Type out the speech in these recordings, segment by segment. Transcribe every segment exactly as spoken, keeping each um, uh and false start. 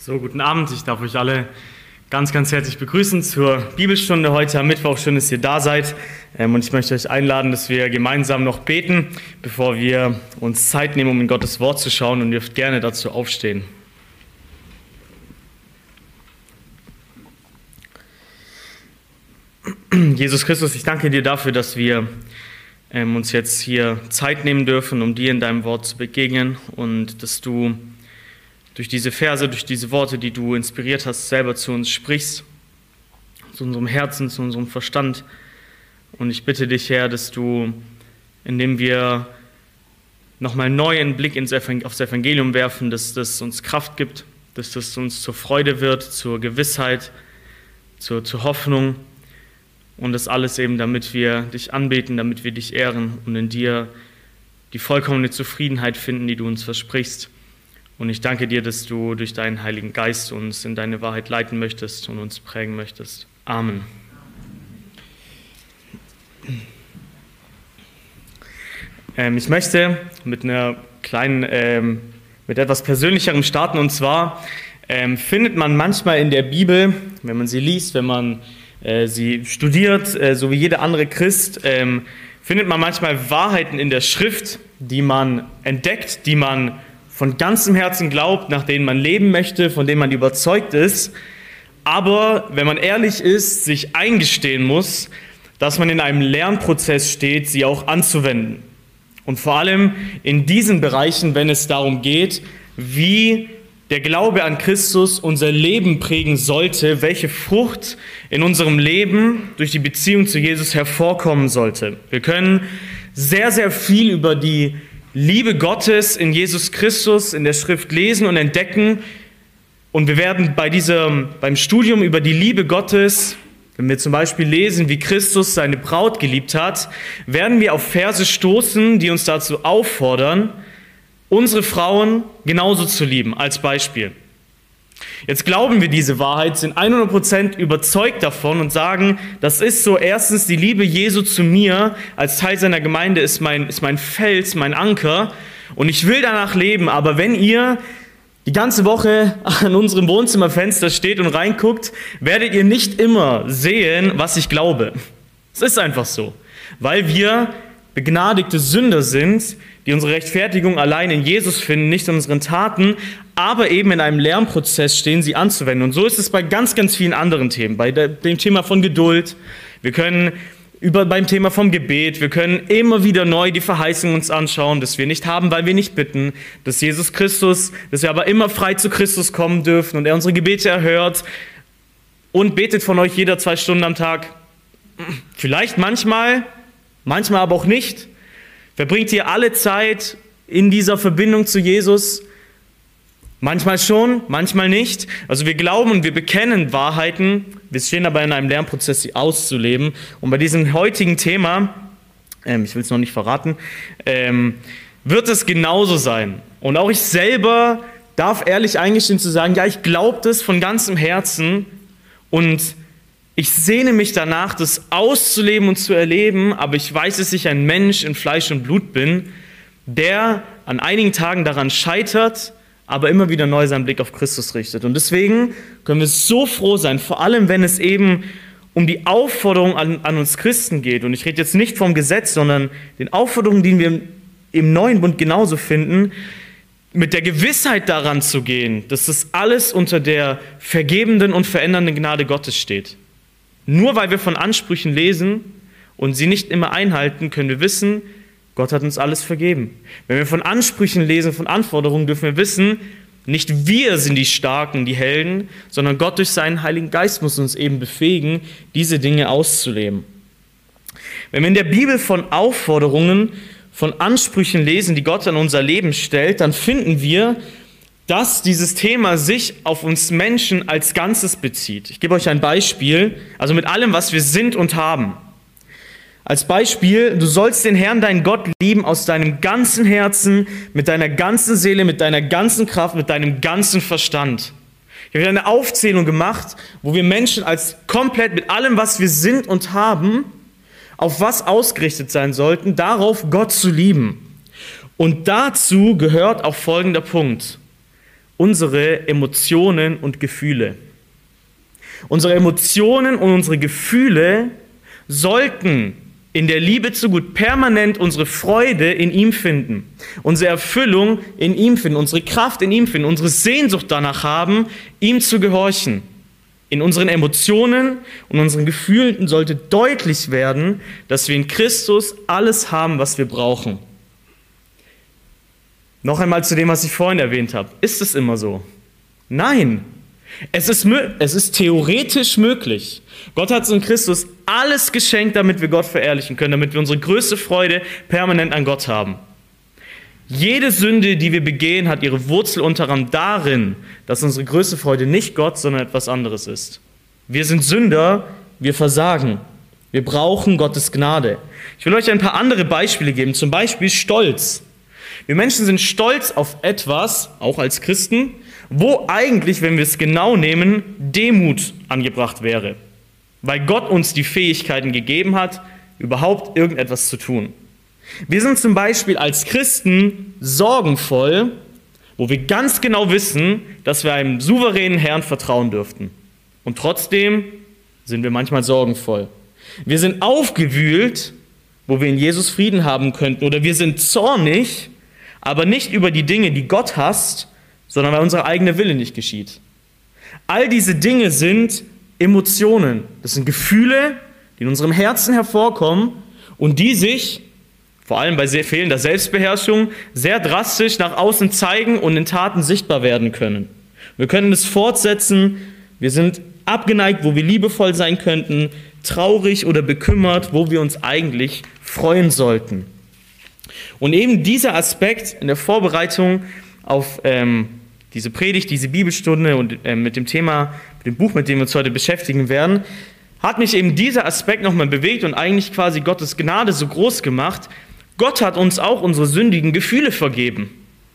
So, guten Abend. Ich darf euch alle ganz, ganz herzlich begrüßen zur Bibelstunde heute am Mittwoch. Schön, dass ihr da seid. Und ich möchte euch einladen, dass wir gemeinsam noch beten, bevor wir uns Zeit nehmen, um in Gottes Wort zu schauen. Und ihr dürft gerne dazu aufstehen. Jesus Christus, ich danke dir dafür, dass wir uns jetzt hier Zeit nehmen dürfen, um dir in deinem Wort zu begegnen und dass du durch diese Verse, durch diese Worte, die du inspiriert hast, selber zu uns sprichst, zu unserem Herzen, zu unserem Verstand. Und ich bitte dich, Herr, dass du, indem wir nochmal neu einen Blick ins Evangel- aufs Evangelium werfen, dass das uns Kraft gibt, dass das uns zur Freude wird, zur Gewissheit, zur, zur Hoffnung. Und das alles eben, damit wir dich anbeten, damit wir dich ehren und in dir die vollkommene Zufriedenheit finden, die du uns versprichst. Und ich danke dir, dass du durch deinen Heiligen Geist uns in deine Wahrheit leiten möchtest und uns prägen möchtest. Amen. Ähm, ich möchte mit einer kleinen, ähm, mit etwas Persönlicherem starten. Und zwar ähm, findet man manchmal in der Bibel, wenn man sie liest, wenn man äh, sie studiert, äh, so wie jeder andere Christ, ähm, findet man manchmal Wahrheiten in der Schrift, die man entdeckt, die man von ganzem Herzen glaubt, nach denen man leben möchte, von denen man überzeugt ist, aber, wenn man ehrlich ist, sich eingestehen muss, dass man in einem Lernprozess steht, sie auch anzuwenden. Und vor allem in diesen Bereichen, wenn es darum geht, wie der Glaube an Christus unser Leben prägen sollte, welche Frucht in unserem Leben durch die Beziehung zu Jesus hervorkommen sollte. Wir können sehr, sehr viel über die Liebe Gottes in Jesus Christus in der Schrift lesen und entdecken. Und wir werden bei diesem, beim Studium über die Liebe Gottes, wenn wir zum Beispiel lesen, wie Christus seine Braut geliebt hat, werden wir auf Verse stoßen, die uns dazu auffordern, unsere Frauen genauso zu lieben, als Beispiel. Jetzt glauben wir diese Wahrheit, sind hundert Prozent überzeugt davon und sagen, das ist so, erstens, die Liebe Jesu zu mir als Teil seiner Gemeinde ist mein, ist mein Fels, mein Anker und ich will danach leben, aber wenn ihr die ganze Woche an unserem Wohnzimmerfenster steht und reinguckt, werdet ihr nicht immer sehen, was ich glaube. Es ist einfach so, weil wir begnadigte Sünder sind, die unsere Rechtfertigung allein in Jesus finden, nicht in unseren Taten, aber eben in einem Lernprozess stehen, sie anzuwenden. Und so ist es bei ganz, ganz vielen anderen Themen. Bei dem Thema von Geduld, wir können über, beim Thema vom Gebet, wir können immer wieder neu die Verheißung uns anschauen, dass wir nicht haben, weil wir nicht bitten, dass Jesus Christus, dass wir aber immer frei zu Christus kommen dürfen und er unsere Gebete erhört und betet von euch jeder zwei Stunden am Tag. Vielleicht manchmal, manchmal aber auch nicht. Verbringt ihr alle Zeit in dieser Verbindung zu Jesus? Manchmal schon, manchmal nicht. Also wir glauben und wir bekennen Wahrheiten. Wir stehen aber in einem Lernprozess, sie auszuleben. Und bei diesem heutigen Thema, ähm, ich will es noch nicht verraten, ähm, wird es genauso sein. Und auch ich selber darf ehrlich eingestehen zu sagen, ja, ich glaube das von ganzem Herzen und ich sehne mich danach, das auszuleben und zu erleben, aber ich weiß, dass ich ein Mensch in Fleisch und Blut bin, der an einigen Tagen daran scheitert, aber immer wieder neu seinen Blick auf Christus richtet. Und deswegen können wir so froh sein, vor allem wenn es eben um die Aufforderung an, an uns Christen geht. Und ich rede jetzt nicht vom Gesetz, sondern den Aufforderungen, die wir im Neuen Bund genauso finden, mit der Gewissheit daran zu gehen, dass das alles unter der vergebenden und verändernden Gnade Gottes steht. Nur weil wir von Ansprüchen lesen und sie nicht immer einhalten, können wir wissen, Gott hat uns alles vergeben. Wenn wir von Ansprüchen lesen, von Anforderungen, dürfen wir wissen, nicht wir sind die Starken, die Helden, sondern Gott durch seinen Heiligen Geist muss uns eben befähigen, diese Dinge auszuleben. Wenn wir in der Bibel von Aufforderungen, von Ansprüchen lesen, die Gott an unser Leben stellt, dann finden wir, dass dieses Thema sich auf uns Menschen als Ganzes bezieht. Ich gebe euch ein Beispiel, also mit allem, was wir sind und haben. Als Beispiel, du sollst den Herrn, deinen Gott, lieben aus deinem ganzen Herzen, mit deiner ganzen Seele, mit deiner ganzen Kraft, mit deinem ganzen Verstand. Ich habe eine Aufzählung gemacht, wo wir Menschen als komplett mit allem, was wir sind und haben, auf was ausgerichtet sein sollten, darauf Gott zu lieben. Und dazu gehört auch folgender Punkt. unsere Emotionen und Gefühle. Unsere Emotionen und unsere Gefühle sollten in der Liebe zu Gott permanent unsere Freude in ihm finden, unsere Erfüllung in ihm finden, unsere Kraft in ihm finden, unsere Sehnsucht danach haben, ihm zu gehorchen. In unseren Emotionen und unseren Gefühlen sollte deutlich werden, dass wir in Christus alles haben, was wir brauchen. Noch einmal zu dem, was ich vorhin erwähnt habe. Ist es immer so? Nein. Es ist, es ist theoretisch möglich. Gott hat uns in Christus alles geschenkt, damit wir Gott verherrlichen können, damit wir unsere größte Freude permanent an Gott haben. Jede Sünde, die wir begehen, hat ihre Wurzel unter anderem darin, dass unsere größte Freude nicht Gott, sondern etwas anderes ist. Wir sind Sünder, wir versagen. Wir brauchen Gottes Gnade. Ich will euch ein paar andere Beispiele geben, zum Beispiel Stolz. Wir Menschen sind stolz auf etwas, auch als Christen, wo eigentlich, wenn wir es genau nehmen, Demut angebracht wäre, weil Gott uns die Fähigkeiten gegeben hat, überhaupt irgendetwas zu tun. Wir sind zum Beispiel als Christen sorgenvoll, wo wir ganz genau wissen, dass wir einem souveränen Herrn vertrauen dürften. Und trotzdem sind wir manchmal sorgenvoll. Wir sind aufgewühlt, wo wir in Jesus Frieden haben könnten. Oder wir sind zornig, aber nicht über die Dinge, die Gott hasst, sondern weil unser eigener Wille nicht geschieht. All diese Dinge sind Emotionen. Das sind Gefühle, die in unserem Herzen hervorkommen und die sich, vor allem bei sehr fehlender Selbstbeherrschung, sehr drastisch nach außen zeigen und in Taten sichtbar werden können. Wir können es fortsetzen. Wir sind abgeneigt, wo wir liebevoll sein könnten, traurig oder bekümmert, wo wir uns eigentlich freuen sollten. Und eben dieser Aspekt in der Vorbereitung auf ähm, diese Predigt, diese Bibelstunde und äh, mit dem Thema, mit dem Buch, mit dem wir uns heute beschäftigen werden, hat mich eben dieser Aspekt nochmal bewegt und eigentlich quasi Gottes Gnade so groß gemacht. Gott hat uns auch unsere sündigen Gefühle vergeben.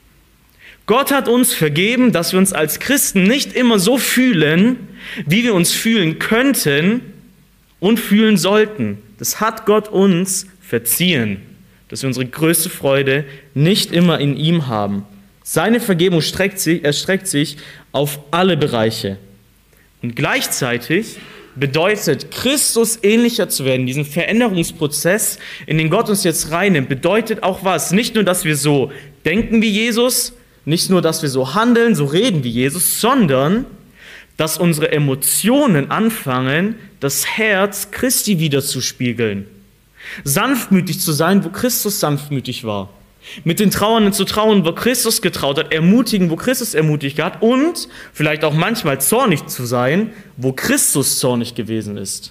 Gott hat uns vergeben, dass wir uns als Christen nicht immer so fühlen, wie wir uns fühlen könnten und fühlen sollten. Das hat Gott uns verziehen, dass wir unsere größte Freude nicht immer in ihm haben. Seine Vergebung streckt sich, erstreckt sich auf alle Bereiche. Und gleichzeitig bedeutet, Christus ähnlicher zu werden, diesen Veränderungsprozess, in den Gott uns jetzt reinnimmt, bedeutet auch was? Nicht nur, dass wir so denken wie Jesus, nicht nur, dass wir so handeln, so reden wie Jesus, sondern dass unsere Emotionen anfangen, das Herz Christi widerzuspiegeln. Sanftmütig zu sein, wo Christus sanftmütig war. Mit den Trauernden zu trauen, wo Christus getraut hat, ermutigen, wo Christus ermutigt hat und vielleicht auch manchmal zornig zu sein, wo Christus zornig gewesen ist.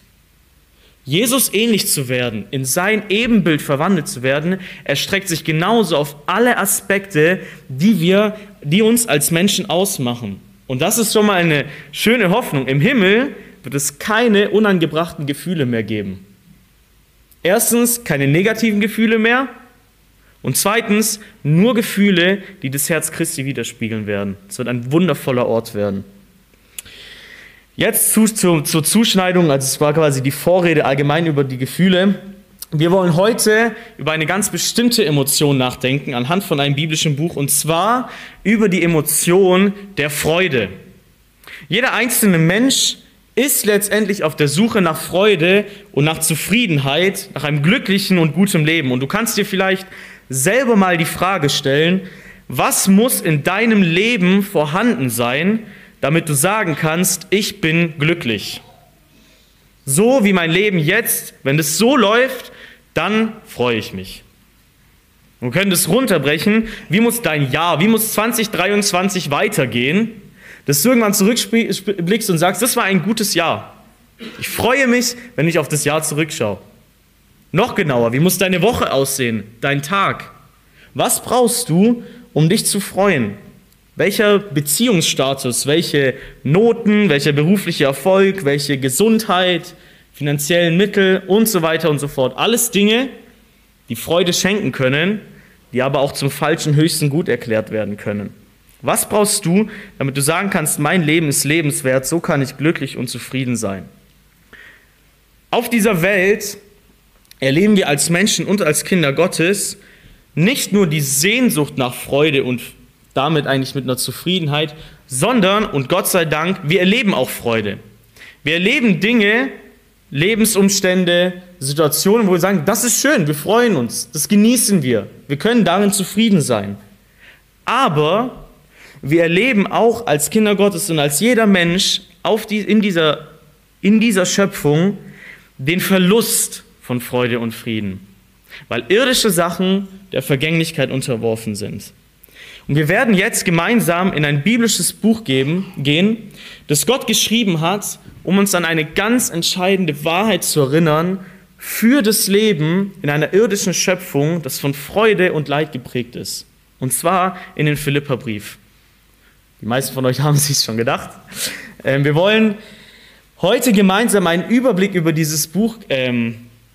Jesus ähnlich zu werden, in sein Ebenbild verwandelt zu werden, erstreckt sich genauso auf alle Aspekte, die wir, die uns als Menschen ausmachen. Und das ist schon mal eine schöne Hoffnung. Im Himmel wird es keine unangebrachten Gefühle mehr geben. Erstens, keine negativen Gefühle mehr. Und zweitens, nur Gefühle, die das Herz Christi widerspiegeln werden. Es wird ein wundervoller Ort werden. Jetzt zu, zu, zur Zuschneidung, also es war quasi die Vorrede allgemein über die Gefühle. Wir wollen heute über eine ganz bestimmte Emotion nachdenken, anhand von einem biblischen Buch, und zwar über die Emotion der Freude. Jeder einzelne Mensch ist letztendlich auf der Suche nach Freude und nach Zufriedenheit, nach einem glücklichen und gutem Leben. Und du kannst dir vielleicht selber mal die Frage stellen, was muss in deinem Leben vorhanden sein, damit du sagen kannst, ich bin glücklich. So wie mein Leben jetzt, wenn es so läuft, dann freue ich mich. Wir können das runterbrechen, wie muss dein Jahr, wie muss zwanzig dreiundzwanzig weitergehen, dass du irgendwann zurückblickst und sagst, das war ein gutes Jahr. Ich freue mich, wenn ich auf das Jahr zurückschaue. Noch genauer, wie muss deine Woche aussehen, dein Tag? Was brauchst du, um dich zu freuen? Welcher Beziehungsstatus, welche Noten, welcher berufliche Erfolg, welche Gesundheit, finanziellen Mittel und so weiter und so fort. Alles Dinge, die Freude schenken können, die aber auch zum falschen höchsten Gut erklärt werden können. Was brauchst du, damit du sagen kannst, mein Leben ist lebenswert, so kann ich glücklich und zufrieden sein? Auf dieser Welt erleben wir als Menschen und als Kinder Gottes nicht nur die Sehnsucht nach Freude und damit eigentlich mit einer Zufriedenheit, sondern, und Gott sei Dank, wir erleben auch Freude. Wir erleben Dinge, Lebensumstände, Situationen, wo wir sagen, das ist schön, wir freuen uns, das genießen wir, wir können darin zufrieden sein. Aber wir erleben auch als Kinder Gottes und als jeder Mensch auf die, in, dieser, in dieser Schöpfung den Verlust von Freude und Frieden, weil irdische Sachen der Vergänglichkeit unterworfen sind. Und wir werden jetzt gemeinsam in ein biblisches Buch geben, gehen, das Gott geschrieben hat, um uns an eine ganz entscheidende Wahrheit zu erinnern für das Leben in einer irdischen Schöpfung, das von Freude und Leid geprägt ist. Und zwar in den Philipperbrief. Die meisten von euch haben es sich schon gedacht. Ähm, wir wollen heute gemeinsam einen Überblick über dieses Buch ähm,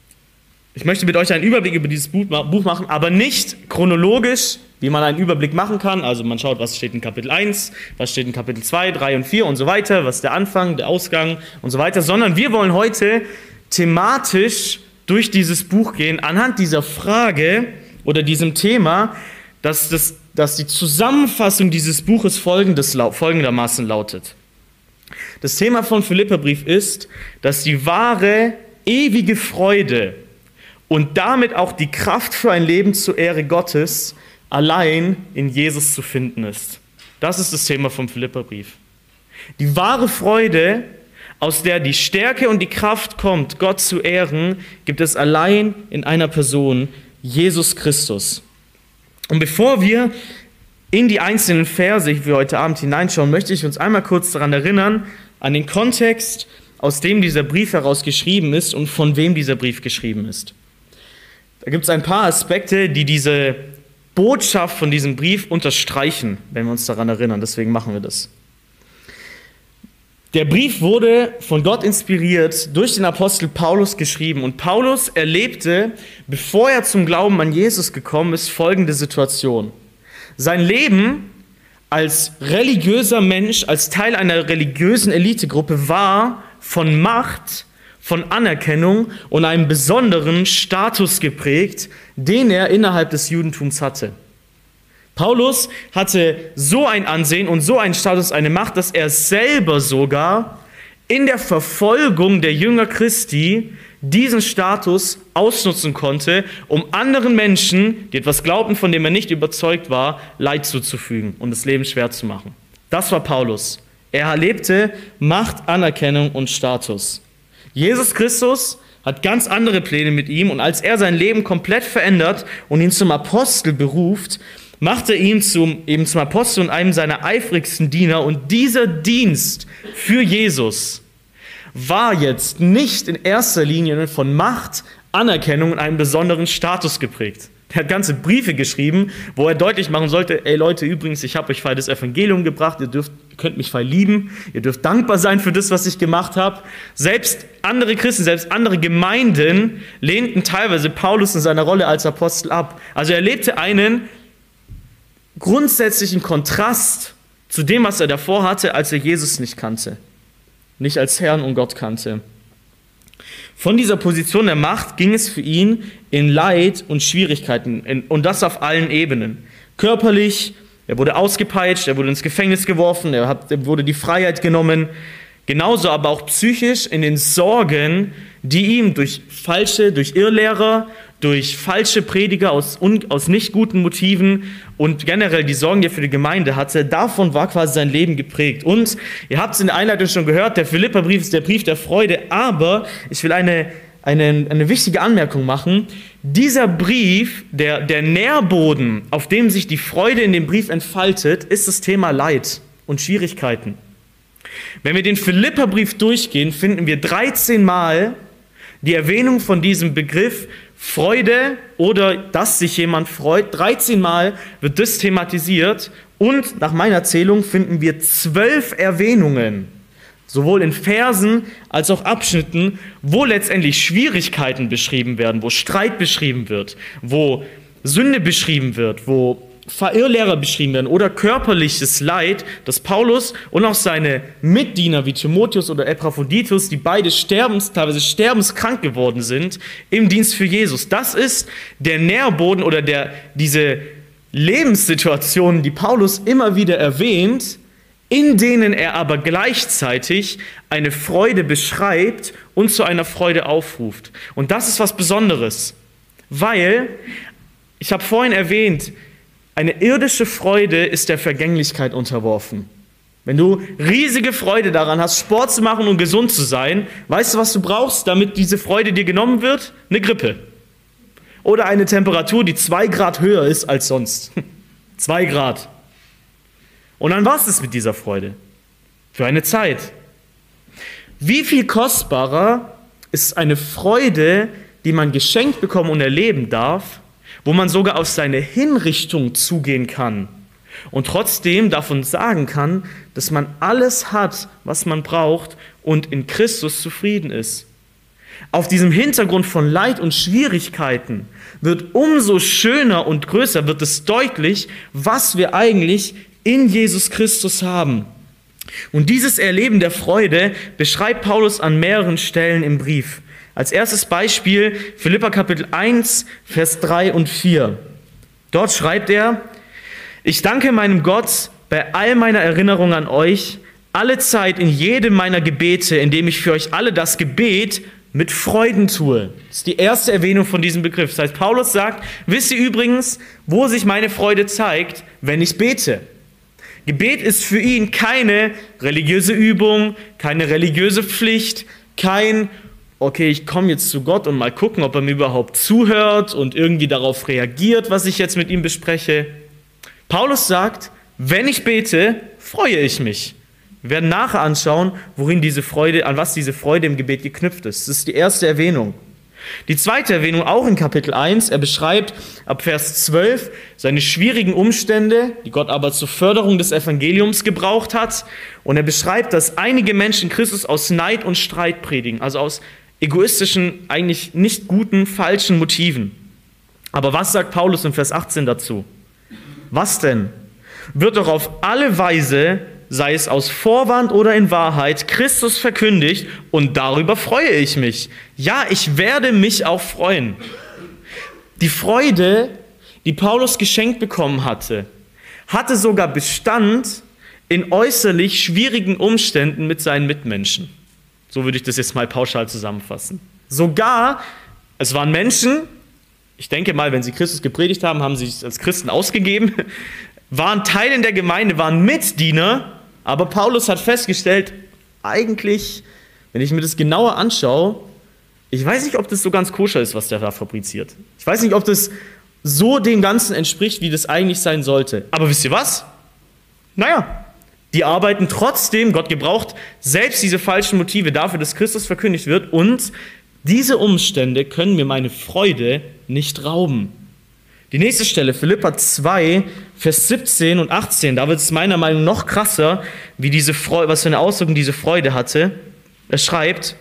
Ich möchte mit euch einen Überblick über dieses Buch machen, aber nicht chronologisch, wie man einen Überblick machen kann. Also man schaut, was steht in Kapitel eins, was steht in Kapitel zwei, drei und vier und so weiter, was ist der Anfang, der Ausgang und so weiter, sondern wir wollen heute thematisch durch dieses Buch gehen, anhand dieser Frage oder diesem Thema, dass, das, dass die Zusammenfassung dieses Buches folgendes, folgendermaßen lautet. Das Thema von Philipperbrief ist, dass die wahre, ewige Freude und damit auch die Kraft für ein Leben zur Ehre Gottes allein in Jesus zu finden ist. Das ist das Thema vom Philipperbrief. Die wahre Freude, aus der die Stärke und die Kraft kommt, Gott zu ehren, gibt es allein in einer Person, Jesus Christus. Und bevor wir in die einzelnen Verse für heute Abend hineinschauen, möchte ich uns einmal kurz daran erinnern, an den Kontext, aus dem dieser Brief heraus geschrieben ist und von wem dieser Brief geschrieben ist. Da gibt es ein paar Aspekte, die diese Botschaft von diesem Brief unterstreichen, wenn wir uns daran erinnern. Deswegen machen wir das. Der Brief wurde von Gott inspiriert, durch den Apostel Paulus geschrieben. Und Paulus erlebte, bevor er zum Glauben an Jesus gekommen ist, folgende Situation. Sein Leben als religiöser Mensch, als Teil einer religiösen Elitegruppe war von Macht, von Anerkennung und einem besonderen Status geprägt, den er innerhalb des Judentums hatte. Paulus hatte so ein Ansehen und so einen Status, eine Macht, dass er selber sogar in der Verfolgung der Jünger Christi diesen Status ausnutzen konnte, um anderen Menschen, die etwas glaubten, von dem er nicht überzeugt war, Leid zuzufügen und das Leben schwer zu machen. Das war Paulus. Er erlebte Macht, Anerkennung und Status. Jesus Christus hat ganz andere Pläne mit ihm und als er sein Leben komplett verändert und ihn zum Apostel beruft, macht er ihn zum, eben zum Apostel und einem seiner eifrigsten Diener. Und dieser Dienst für Jesus war jetzt nicht in erster Linie von Macht, Anerkennung und einem besonderen Status geprägt. Er hat ganze Briefe geschrieben, wo er deutlich machen sollte, ey Leute, übrigens, ich habe euch feil das Evangelium gebracht, ihr, dürft, ihr könnt mich feil lieben, ihr dürft dankbar sein für das, was ich gemacht habe. Selbst andere Christen, selbst andere Gemeinden lehnten teilweise Paulus in seiner Rolle als Apostel ab. Also er lebte einen grundsätzlichen Kontrast zu dem, was er davor hatte, als er Jesus nicht kannte, nicht als Herrn und Gott kannte. Von dieser Position der Macht ging es für ihn in Leid und Schwierigkeiten und das auf allen Ebenen. Körperlich, er wurde ausgepeitscht, er wurde ins Gefängnis geworfen, er, hat, er wurde die Freiheit genommen. Genauso aber auch psychisch in den Sorgen, die ihm durch falsche, durch Irrlehrer, durch falsche Prediger aus, aus nicht guten Motiven und generell die Sorgen, die er für die Gemeinde hatte, davon war quasi sein Leben geprägt. Und ihr habt es in der Einleitung schon gehört, der Philipperbrief ist der Brief der Freude, aber ich will eine, eine, eine wichtige Anmerkung machen. Dieser Brief, der, der Nährboden, auf dem sich die Freude in dem Brief entfaltet, ist das Thema Leid und Schwierigkeiten. Wenn wir den Philipperbrief durchgehen, finden wir dreizehn Mal die Erwähnung von diesem Begriff Freude oder dass sich jemand freut. dreizehn Mal wird das thematisiert und nach meiner Zählung finden wir zwölf Erwähnungen, sowohl in Versen als auch Abschnitten, wo letztendlich Schwierigkeiten beschrieben werden, wo Streit beschrieben wird, wo Sünde beschrieben wird, wo Irrlehrer beschrieben werden oder körperliches Leid, das Paulus und auch seine Mitdiener wie Timotheus oder Epaphroditus, die beide sterbens, teilweise sterbenskrank geworden sind, im Dienst für Jesus. Das ist der Nährboden oder der, diese Lebenssituationen, die Paulus immer wieder erwähnt, in denen er aber gleichzeitig eine Freude beschreibt und zu einer Freude aufruft. Und das ist was Besonderes, weil, ich habe vorhin erwähnt, eine irdische Freude ist der Vergänglichkeit unterworfen. Wenn du riesige Freude daran hast, Sport zu machen und gesund zu sein, weißt du, was du brauchst, damit diese Freude dir genommen wird? Eine Grippe. Oder eine Temperatur, die zwei Grad höher ist als sonst. Zwei Grad. Und dann war es mit dieser Freude. Für eine Zeit. Wie viel kostbarer ist eine Freude, die man geschenkt bekommen und erleben darf, wo man sogar auf seine Hinrichtung zugehen kann und trotzdem davon sagen kann, dass man alles hat, was man braucht und in Christus zufrieden ist. Auf diesem Hintergrund von Leid und Schwierigkeiten wird umso schöner und größer wird es deutlich, was wir eigentlich in Jesus Christus haben. Und dieses Erleben der Freude beschreibt Paulus an mehreren Stellen im Brief. Als erstes Beispiel Philipper Kapitel eins, Vers drei und vier. Dort schreibt er: Ich danke meinem Gott bei all meiner Erinnerung an euch, alle Zeit in jedem meiner Gebete, indem ich für euch alle das Gebet mit Freuden tue. Das ist die erste Erwähnung von diesem Begriff. Das heißt, Paulus sagt, wisst ihr übrigens, wo sich meine Freude zeigt, wenn ich bete? Gebet ist für ihn keine religiöse Übung, keine religiöse Pflicht, kein, okay, ich komme jetzt zu Gott und mal gucken, ob er mir überhaupt zuhört und irgendwie darauf reagiert, was ich jetzt mit ihm bespreche. Paulus sagt, wenn ich bete, freue ich mich. Wir werden nachher anschauen, worin diese Freude, an was diese Freude im Gebet geknüpft ist. Das ist die erste Erwähnung. Die zweite Erwähnung auch in Kapitel eins, er beschreibt ab Vers zwölf seine schwierigen Umstände, die Gott aber zur Förderung des Evangeliums gebraucht hat. Und er beschreibt, dass einige Menschen Christus aus Neid und Streit predigen, also aus egoistischen, eigentlich nicht guten, falschen Motiven. Aber was sagt Paulus in Vers achtzehn dazu? Was denn? Wird doch auf alle Weise, sei es aus Vorwand oder in Wahrheit, Christus verkündigt und darüber freue ich mich. Ja, ich werde mich auch freuen. Die Freude, die Paulus geschenkt bekommen hatte, hatte sogar Bestand in äußerlich schwierigen Umständen mit seinen Mitmenschen. So würde ich das jetzt mal pauschal zusammenfassen. Sogar, es waren Menschen, ich denke mal, wenn sie Christus gepredigt haben, haben sie sich als Christen ausgegeben, waren Teil in der Gemeinde, waren Mitdiener, aber Paulus hat festgestellt, eigentlich, wenn ich mir das genauer anschaue, ich weiß nicht, ob das so ganz koscher ist, was der da fabriziert. Ich weiß nicht, ob das so dem Ganzen entspricht, wie das eigentlich sein sollte. Aber wisst ihr was? Naja, die arbeiten trotzdem, Gott gebraucht selbst diese falschen Motive dafür, dass Christus verkündigt wird, und diese Umstände können mir meine Freude nicht rauben. Die nächste Stelle, Philipper zwei, Vers siebzehn und achtzehn, da wird es meiner Meinung nach noch krasser, wie diese Freude, was für eine Auswirkung diese Freude hatte. Er schreibt: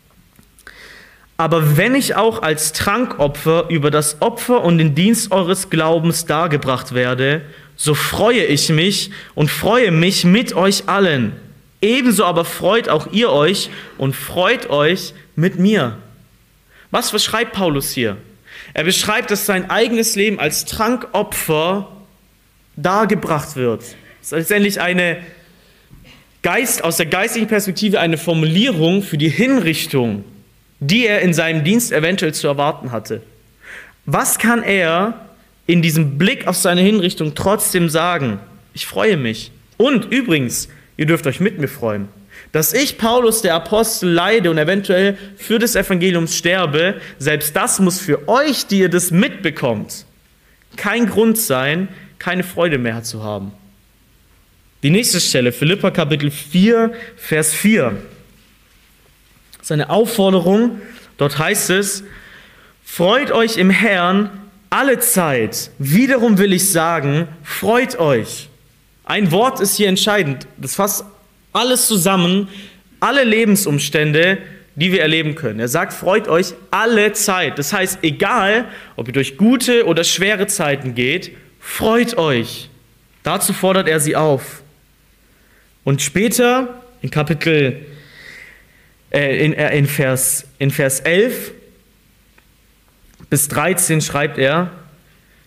Aber wenn ich auch als Trankopfer über das Opfer und den Dienst eures Glaubens dargebracht werde, so freue ich mich und freue mich mit euch allen. Ebenso aber freut auch ihr euch und freut euch mit mir. Was beschreibt Paulus hier? Er beschreibt, dass sein eigenes Leben als Trankopfer dargebracht wird. Das ist letztendlich eine Geist, aus der geistlichen Perspektive eine Formulierung für die Hinrichtung, die er in seinem Dienst eventuell zu erwarten hatte. Was kann er in diesem Blick auf seine Hinrichtung trotzdem sagen? Ich freue mich. Und übrigens, ihr dürft euch mit mir freuen. Dass ich, Paulus, der Apostel, leide und eventuell für das Evangelium sterbe, selbst das muss für euch, die ihr das mitbekommt, kein Grund sein, keine Freude mehr zu haben. Die nächste Stelle, Philipper Kapitel vier, Vers vier. Das ist eine Aufforderung. Dort heißt es: Freut euch im Herrn alle Zeit. Wiederum will ich sagen, freut euch. Ein Wort ist hier entscheidend. Das fasst alles zusammen, alle Lebensumstände, die wir erleben können. Er sagt, freut euch alle Zeit. Das heißt, egal, ob ihr durch gute oder schwere Zeiten geht, freut euch. Dazu fordert er sie auf. Und später, in Kapitel, äh, in, äh, in, Vers, in Vers elf bis dreizehn schreibt er: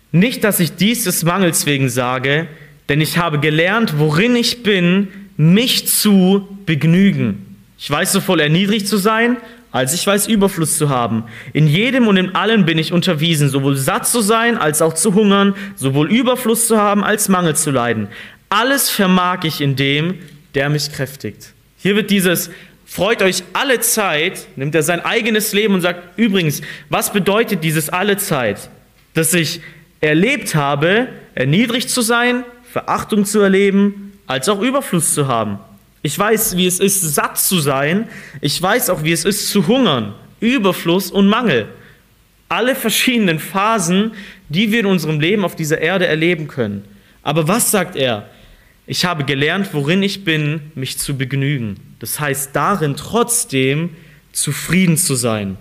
Nicht, dass ich dies des Mangels wegen sage, denn ich habe gelernt, worin ich bin, mich zu begnügen. Ich weiß sowohl erniedrigt zu sein, als ich weiß Überfluss zu haben. In jedem und in allem bin ich unterwiesen, sowohl satt zu sein, als auch zu hungern, sowohl Überfluss zu haben, als Mangel zu leiden. Alles vermag ich in dem, der mich kräftigt. Hier wird dieses freut euch alle Zeit, nimmt er sein eigenes Leben und sagt, übrigens, was bedeutet dieses alle Zeit? Dass ich erlebt habe, erniedrigt zu sein, Verachtung zu erleben, als auch Überfluss zu haben. Ich weiß, wie es ist, satt zu sein. Ich weiß auch, wie es ist, zu hungern, Überfluss und Mangel. Alle verschiedenen Phasen, die wir in unserem Leben auf dieser Erde erleben können. Aber was sagt er? Ich habe gelernt, worin ich bin, mich zu begnügen. Das heißt, darin trotzdem zufrieden zu sein.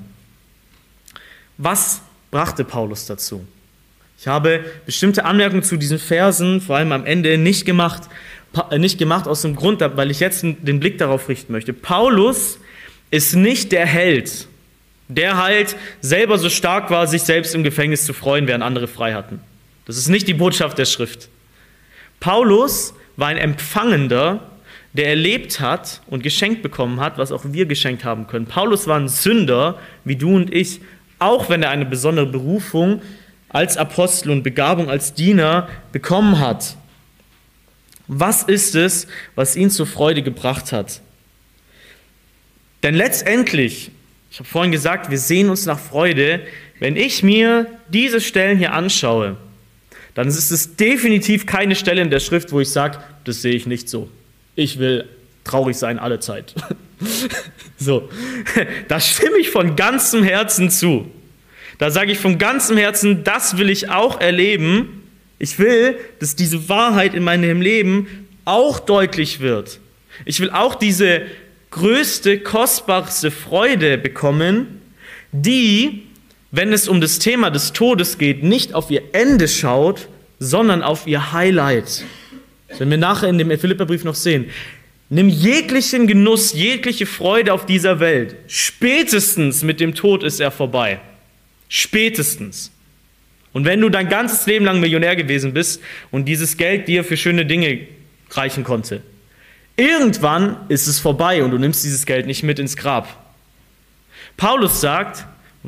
Was brachte Paulus dazu? Ich habe bestimmte Anmerkungen zu diesen Versen, vor allem am Ende, nicht gemacht, nicht gemacht aus dem Grund, weil ich jetzt den Blick darauf richten möchte. Paulus ist nicht der Held, der halt selber so stark war, sich selbst im Gefängnis zu freuen, während andere frei hatten. Das ist nicht die Botschaft der Schrift. Paulus war ein Empfangender, der erlebt hat und geschenkt bekommen hat, was auch wir geschenkt haben können. Paulus war ein Sünder, wie du und ich, auch wenn er eine besondere Berufung als Apostel und Begabung als Diener bekommen hat. Was ist es, was ihn zur Freude gebracht hat? Denn letztendlich, ich habe vorhin gesagt, wir sehen uns nach Freude. Wenn ich mir diese Stellen hier anschaue, dann ist es definitiv keine Stelle in der Schrift, wo ich sage, das sehe ich nicht so. Ich will traurig sein alle Zeit. So, da stimme ich von ganzem Herzen zu. Da sage ich von ganzem Herzen, das will ich auch erleben. Ich will, dass diese Wahrheit in meinem Leben auch deutlich wird. Ich will auch diese größte, kostbarste Freude bekommen, die, wenn es um das Thema des Todes geht, nicht auf ihr Ende schaut, sondern auf ihr Highlight. Das werden wir nachher in dem Philipperbrief noch sehen. Nimm jeglichen Genuss, jegliche Freude auf dieser Welt. Spätestens mit dem Tod ist er vorbei. Spätestens. Und wenn du dein ganzes Leben lang Millionär gewesen bist und dieses Geld dir für schöne Dinge reichen konnte, irgendwann ist es vorbei und du nimmst dieses Geld nicht mit ins Grab. Paulus sagt,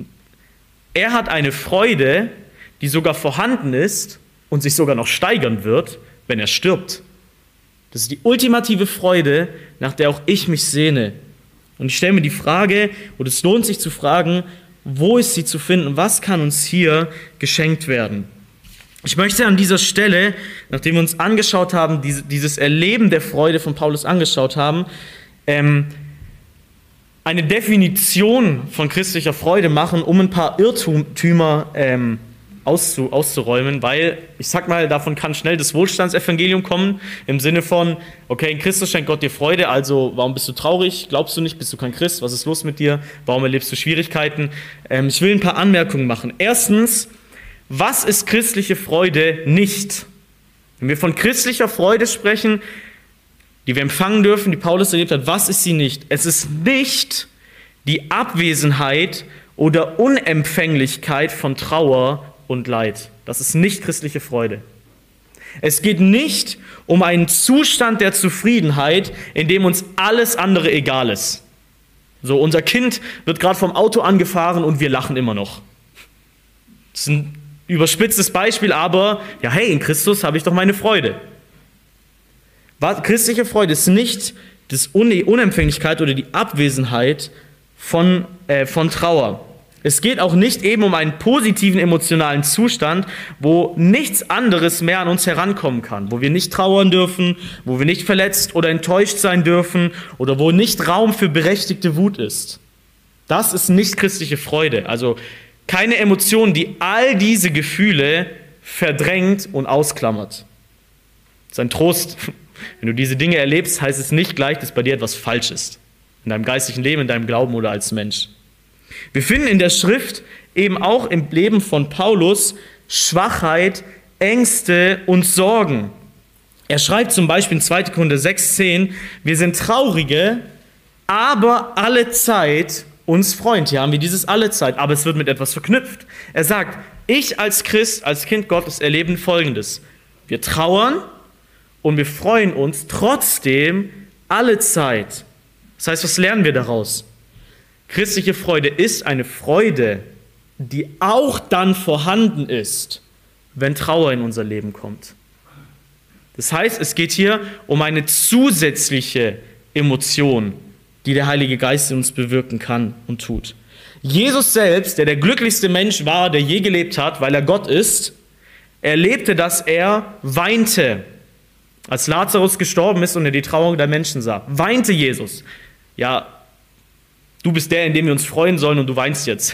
er hat eine Freude, die sogar vorhanden ist und sich sogar noch steigern wird, wenn er stirbt. Das ist die ultimative Freude, nach der auch ich mich sehne. Und ich stelle mir die Frage, und es lohnt sich zu fragen, wo ist sie zu finden? Was kann uns hier geschenkt werden? Ich möchte an dieser Stelle, nachdem wir uns angeschaut haben, dieses Erleben der Freude von Paulus angeschaut haben, ähm, eine Definition von christlicher Freude machen, um ein paar Irrtümer ähm, auszu, auszuräumen, weil, ich sag mal, davon kann schnell das Wohlstandsevangelium kommen, im Sinne von, okay, in Christus schenkt Gott dir Freude, also warum bist du traurig, glaubst du nicht, bist du kein Christ, was ist los mit dir, warum erlebst du Schwierigkeiten? Ähm, ich will ein paar Anmerkungen machen. Erstens, was ist christliche Freude nicht? Wenn wir von christlicher Freude sprechen, die wir empfangen dürfen, die Paulus erlebt hat, was ist sie nicht? Es ist nicht die Abwesenheit oder Unempfänglichkeit von Trauer und Leid. Das ist nicht christliche Freude. Es geht nicht um einen Zustand der Zufriedenheit, in dem uns alles andere egal ist. So, unser Kind wird gerade vom Auto angefahren und wir lachen immer noch. Das ist ein überspitztes Beispiel, aber ja, hey, in Christus habe ich doch meine Freude. Christliche Freude ist nicht die Unempfänglichkeit oder die Abwesenheit von, äh, von Trauer. Es geht auch nicht eben um einen positiven emotionalen Zustand, wo nichts anderes mehr an uns herankommen kann, wo wir nicht trauern dürfen, wo wir nicht verletzt oder enttäuscht sein dürfen oder wo nicht Raum für berechtigte Wut ist. Das ist nicht christliche Freude. Also keine Emotion, die all diese Gefühle verdrängt und ausklammert. Das ist ein Trost. Wenn du diese Dinge erlebst, heißt es nicht gleich, dass bei dir etwas falsch ist. In deinem geistlichen Leben, in deinem Glauben oder als Mensch. Wir finden in der Schrift eben auch im Leben von Paulus Schwachheit, Ängste und Sorgen. Er schreibt zum Beispiel in zweiter Korinther sechs, zehn, wir sind traurige, aber alle Zeit uns freuen. Hier haben wir dieses Allezeit, aber es wird mit etwas verknüpft. Er sagt, ich als Christ, als Kind Gottes erlebe Folgendes. Wir trauern und wir freuen uns trotzdem allezeit. Das heißt, was lernen wir daraus? Christliche Freude ist eine Freude, die auch dann vorhanden ist, wenn Trauer in unser Leben kommt. Das heißt, es geht hier um eine zusätzliche Emotion, die der Heilige Geist in uns bewirken kann und tut. Jesus selbst, der der glücklichste Mensch war, der je gelebt hat, weil er Gott ist, erlebte, dass er weinte, als Lazarus gestorben ist und er die Trauer der Menschen sah. Weinte Jesus. Ja, du bist der, in dem wir uns freuen sollen und du weinst jetzt.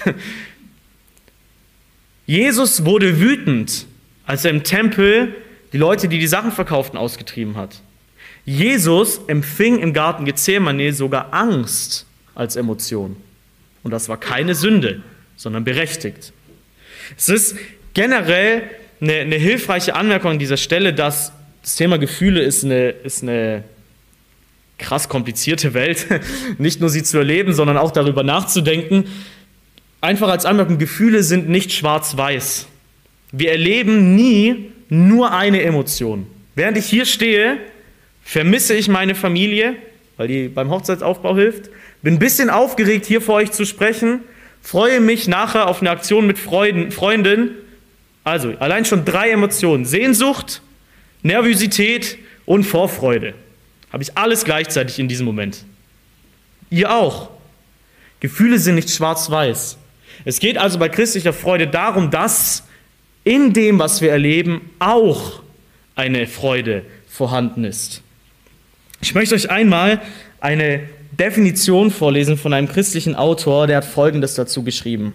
Jesus wurde wütend, als er im Tempel die Leute, die die Sachen verkauften, ausgetrieben hat. Jesus empfing im Garten Gethsemane sogar Angst als Emotion. Und das war keine Sünde, sondern berechtigt. Es ist generell eine, eine hilfreiche Anmerkung an dieser Stelle, dass das Thema Gefühle ist eine, ist eine krass komplizierte Welt. Nicht nur sie zu erleben, sondern auch darüber nachzudenken. Einfach als Anmerkung, Gefühle sind nicht schwarz-weiß. Wir erleben nie nur eine Emotion. Während ich hier stehe, vermisse ich meine Familie, weil die beim Hochzeitsaufbau hilft, bin ein bisschen aufgeregt, hier vor euch zu sprechen, freue mich nachher auf eine Aktion mit Freuden, Freundin. Also allein schon drei Emotionen. Sehnsucht, Nervosität und Vorfreude. Habe ich alles gleichzeitig in diesem Moment. Ihr auch. Gefühle sind nicht schwarz-weiß. Es geht also bei christlicher Freude darum, dass in dem, was wir erleben, auch eine Freude vorhanden ist. Ich möchte euch einmal eine Definition vorlesen von einem christlichen Autor, der hat Folgendes dazu geschrieben.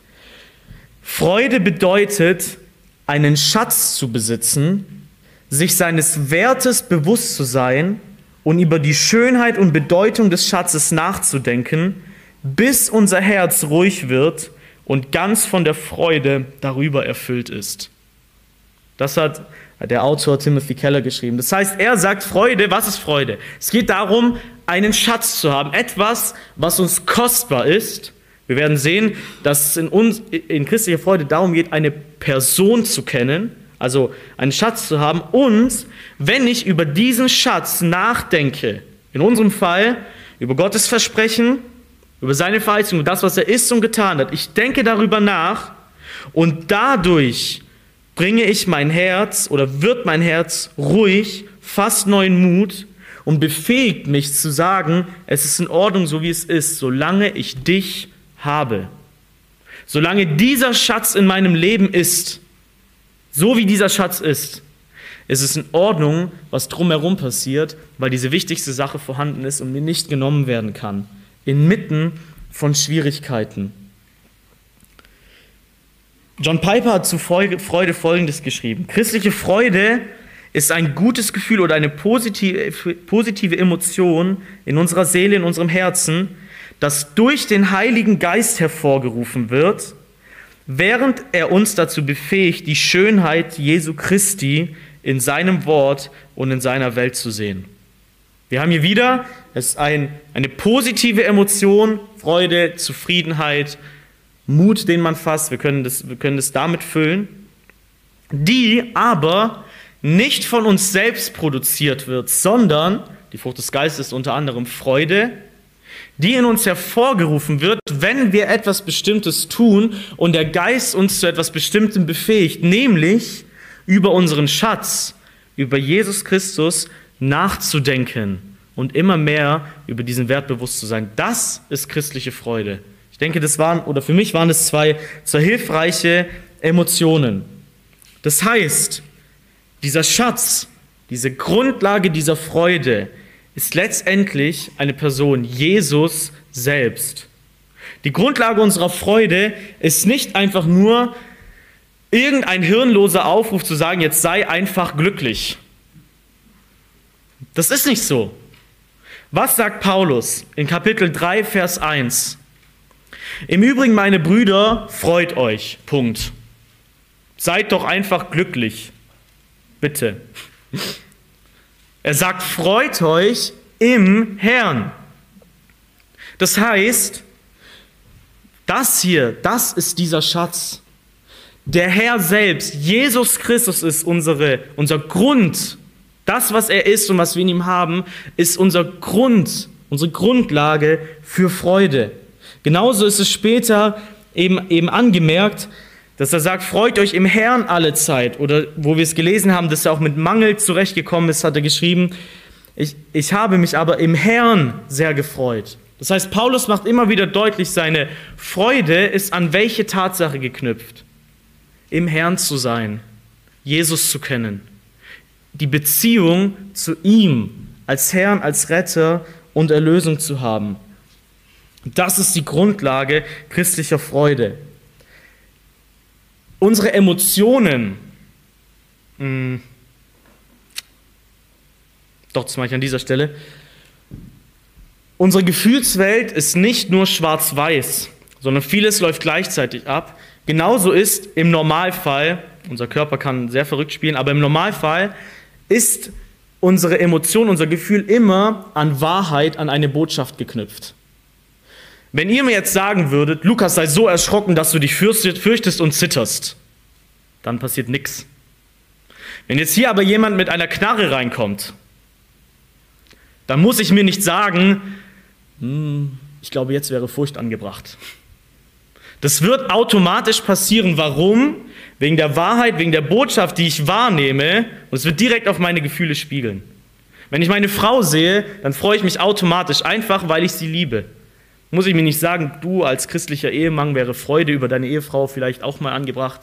Freude bedeutet, einen Schatz zu besitzen, sich seines Wertes bewusst zu sein und über die Schönheit und Bedeutung des Schatzes nachzudenken, bis unser Herz ruhig wird und ganz von der Freude darüber erfüllt ist. Das hat der Autor Timothy Keller geschrieben. Das heißt, er sagt, Freude, was ist Freude? Es geht darum, einen Schatz zu haben, etwas, was uns kostbar ist. Wir werden sehen, dass es in, uns, in christlicher Freude darum geht, eine Person zu kennen, also einen Schatz zu haben. Und wenn ich über diesen Schatz nachdenke, in unserem Fall über Gottes Versprechen, über seine Verheißung, das, was er ist und getan hat, ich denke darüber nach und dadurch bringe ich mein Herz oder wird mein Herz ruhig, fasst neuen Mut und befähigt mich zu sagen, es ist in Ordnung, so wie es ist, solange ich dich habe. Solange dieser Schatz in meinem Leben ist, so wie dieser Schatz ist, ist es in Ordnung, was drumherum passiert, weil diese wichtigste Sache vorhanden ist und mir nicht genommen werden kann. Inmitten von Schwierigkeiten. John Piper hat zu Freude Folgendes geschrieben. Christliche Freude ist ein gutes Gefühl oder eine positive, positive Emotion in unserer Seele, in unserem Herzen, das durch den Heiligen Geist hervorgerufen wird, während er uns dazu befähigt, die Schönheit Jesu Christi in seinem Wort und in seiner Welt zu sehen. Wir haben hier wieder, es ist ein, eine positive Emotion, Freude, Zufriedenheit, Mut, den man fasst, wir können das, wir können das damit füllen, die aber nicht von uns selbst produziert wird, sondern, die Frucht des Geistes ist unter anderem Freude, die in uns hervorgerufen wird, wenn wir etwas Bestimmtes tun und der Geist uns zu etwas Bestimmtem befähigt, nämlich über unseren Schatz, über Jesus Christus nachzudenken und immer mehr über diesen Wert bewusst zu sein. Das ist christliche Freude. Ich denke, das waren, oder für mich waren das zwei, zwei hilfreiche Emotionen. Das heißt, dieser Schatz, diese Grundlage dieser Freude ist letztendlich eine Person, Jesus selbst. Die Grundlage unserer Freude ist nicht einfach nur irgendein hirnloser Aufruf zu sagen, jetzt sei einfach glücklich. Das ist nicht so. Was sagt Paulus in Kapitel drei, Vers eins? Im Übrigen, meine Brüder, freut euch. Punkt. Seid doch einfach glücklich. Bitte. Er sagt, freut euch im Herrn. Das heißt, Das hier, das ist dieser Schatz. Der Herr selbst, Jesus Christus, ist unsere, unser Grund. Das, was er ist und was wir in ihm haben, ist unser Grund, unsere Grundlage für Freude. Genauso ist es später eben, eben angemerkt, dass er sagt, freut euch im Herrn alle Zeit. Oder wo wir es gelesen haben, dass er auch mit Mangel zurechtgekommen ist, hat er geschrieben, ich, ich habe mich aber im Herrn sehr gefreut. Das heißt, Paulus macht immer wieder deutlich, seine Freude ist an welche Tatsache geknüpft? Im Herrn zu sein, Jesus zu kennen, die Beziehung zu ihm als Herrn, als Retter und Erlösung zu haben. Das ist die Grundlage christlicher Freude. Unsere Emotionen, mh, doch, das mache ich an dieser Stelle, unsere Gefühlswelt ist nicht nur schwarz-weiß, sondern vieles läuft gleichzeitig ab. Genauso ist im Normalfall, unser Körper kann sehr verrückt spielen, aber im Normalfall ist unsere Emotion, unser Gefühl immer an Wahrheit, an eine Botschaft geknüpft. Wenn ihr mir jetzt sagen würdet, Lukas, sei so erschrocken, dass du dich fürchtest und zitterst, dann passiert nichts. Wenn jetzt hier aber jemand mit einer Knarre reinkommt, dann muss ich mir nicht sagen, hm, ich glaube, jetzt wäre Furcht angebracht. Das wird automatisch passieren. Warum? Wegen der Wahrheit, wegen der Botschaft, die ich wahrnehme, und es wird direkt auf meine Gefühle spiegeln. Wenn ich meine Frau sehe, dann freue ich mich automatisch, einfach weil ich sie liebe. Muss ich mir nicht sagen, du als christlicher Ehemann wäre Freude über deine Ehefrau vielleicht auch mal angebracht.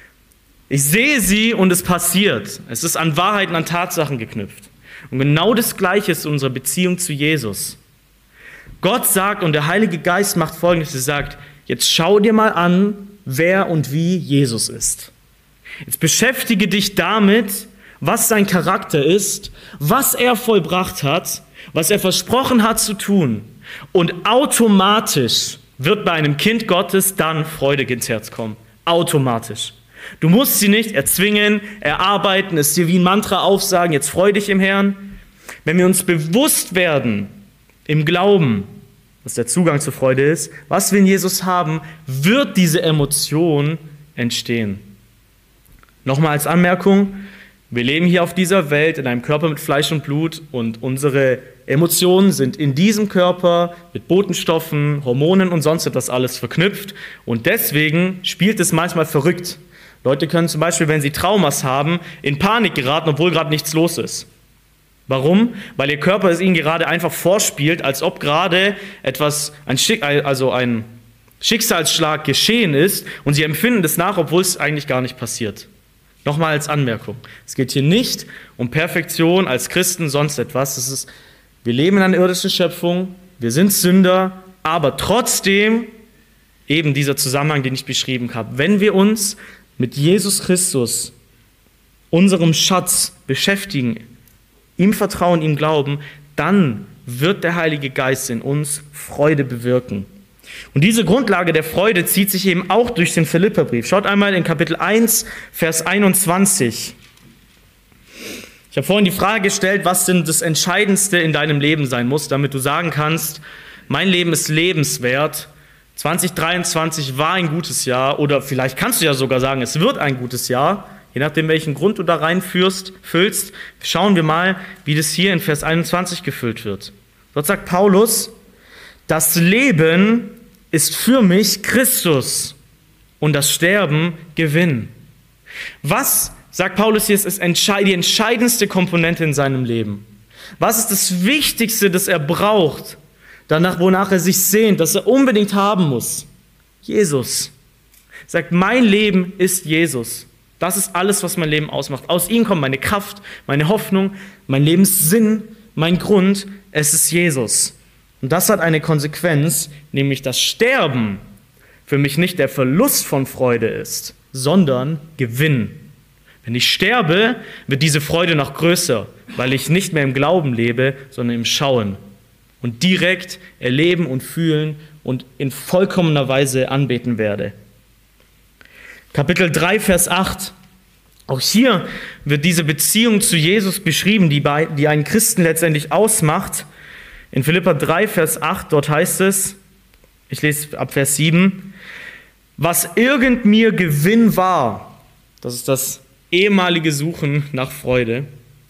Ich sehe sie und es passiert. Es ist an Wahrheiten, an Tatsachen geknüpft. Und genau das Gleiche ist unsere Beziehung zu Jesus. Gott sagt und der Heilige Geist macht Folgendes, er sagt, jetzt schau dir mal an, wer und wie Jesus ist. Jetzt beschäftige dich damit, was sein Charakter ist, was er vollbracht hat, was er versprochen hat zu tun. Und automatisch wird bei einem Kind Gottes dann Freude ins Herz kommen. Automatisch. Du musst sie nicht erzwingen, erarbeiten, es dir wie ein Mantra aufsagen, jetzt freu dich im Herrn. Wenn wir uns bewusst werden, im Glauben, was der Zugang zur Freude ist, was wir in Jesus haben, wird diese Emotion entstehen. Nochmal als Anmerkung, wir leben hier auf dieser Welt in einem Körper mit Fleisch und Blut und unsere Emotionen sind in diesem Körper mit Botenstoffen, Hormonen und sonst etwas alles verknüpft und deswegen spielt es manchmal verrückt. Leute können zum Beispiel, wenn sie Traumas haben, in Panik geraten, obwohl gerade nichts los ist. Warum? Weil ihr Körper es ihnen gerade einfach vorspielt, als ob gerade etwas, ein Schick, also ein Schicksalsschlag geschehen ist und sie empfinden das nach, obwohl es eigentlich gar nicht passiert. Nochmal als Anmerkung. Es geht hier nicht um Perfektion als Christen, sonst etwas. Es ist, wir leben in einer irdischen Schöpfung, wir sind Sünder, aber trotzdem eben dieser Zusammenhang, den ich beschrieben habe. Wenn wir uns mit Jesus Christus, unserem Schatz, beschäftigen, ihm vertrauen, ihm glauben, dann wird der Heilige Geist in uns Freude bewirken. Und diese Grundlage der Freude zieht sich eben auch durch den Philipperbrief. Schaut einmal in Kapitel eins, Vers einundzwanzig. Ich habe vorhin die Frage gestellt, was denn das Entscheidendste in deinem Leben sein muss, damit du sagen kannst, mein Leben ist lebenswert. zwanzig dreiundzwanzig war ein gutes Jahr oder vielleicht kannst du ja sogar sagen, es wird ein gutes Jahr. Je nachdem, welchen Grund du da reinführst, füllst, schauen wir mal, wie das hier in Vers einundzwanzig gefüllt wird. Dort sagt Paulus, das Leben ist für mich Christus und das Sterben Gewinn. Was, sagt Paulus hier, ist die entscheidendste Komponente in seinem Leben? Was ist das Wichtigste, das er braucht, danach, wonach er sich sehnt, das er unbedingt haben muss? Jesus. Er sagt, mein Leben ist Jesus. Das ist alles, was mein Leben ausmacht. Aus ihm kommt meine Kraft, meine Hoffnung, mein Lebenssinn, mein Grund. Es ist Jesus. Und das hat eine Konsequenz, nämlich das Sterben für mich nicht der Verlust von Freude ist, sondern Gewinn. Wenn ich sterbe, wird diese Freude noch größer, weil ich nicht mehr im Glauben lebe, sondern im Schauen. Und direkt erleben und fühlen und in vollkommener Weise anbeten werde. Kapitel drei, Vers acht. Auch hier wird diese Beziehung zu Jesus beschrieben, die, bei, die einen Christen letztendlich ausmacht. In Philipper drei, Vers acht, dort heißt es, ich lese ab Vers sieben, Was irgend mir Gewinn war, das ist das ehemalige Suchen nach Freude,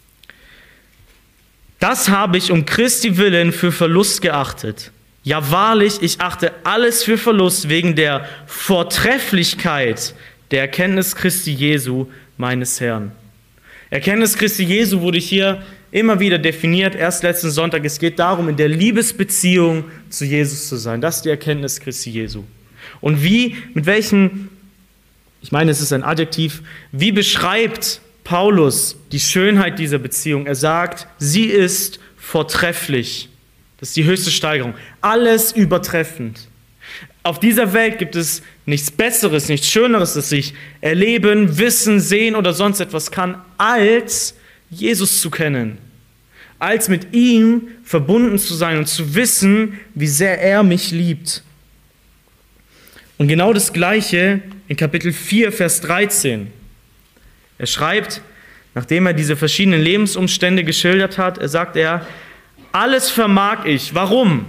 das habe ich um Christi willen für Verlust geachtet. Ja wahrlich, ich achte alles für Verlust wegen der Vortrefflichkeit der Erkenntnis Christi Jesu, meines Herrn. Erkenntnis Christi Jesu wurde hier immer wieder definiert, erst letzten Sonntag. Es geht darum, in der Liebesbeziehung zu Jesus zu sein. Das ist die Erkenntnis Christi Jesu. Und wie, mit welchen, ich meine, es ist ein Adjektiv, wie beschreibt Paulus die Schönheit dieser Beziehung? Er sagt, sie ist vortrefflich. Das ist die höchste Steigerung. Alles übertreffend. Auf dieser Welt gibt es nichts Besseres, nichts Schöneres, das ich erleben, wissen, sehen oder sonst etwas kann, als Jesus zu kennen. Als mit ihm verbunden zu sein und zu wissen, wie sehr er mich liebt. Und genau das Gleiche in Kapitel vier, Vers dreizehn. Er schreibt, nachdem er diese verschiedenen Lebensumstände geschildert hat, er sagt er, alles vermag ich. Warum?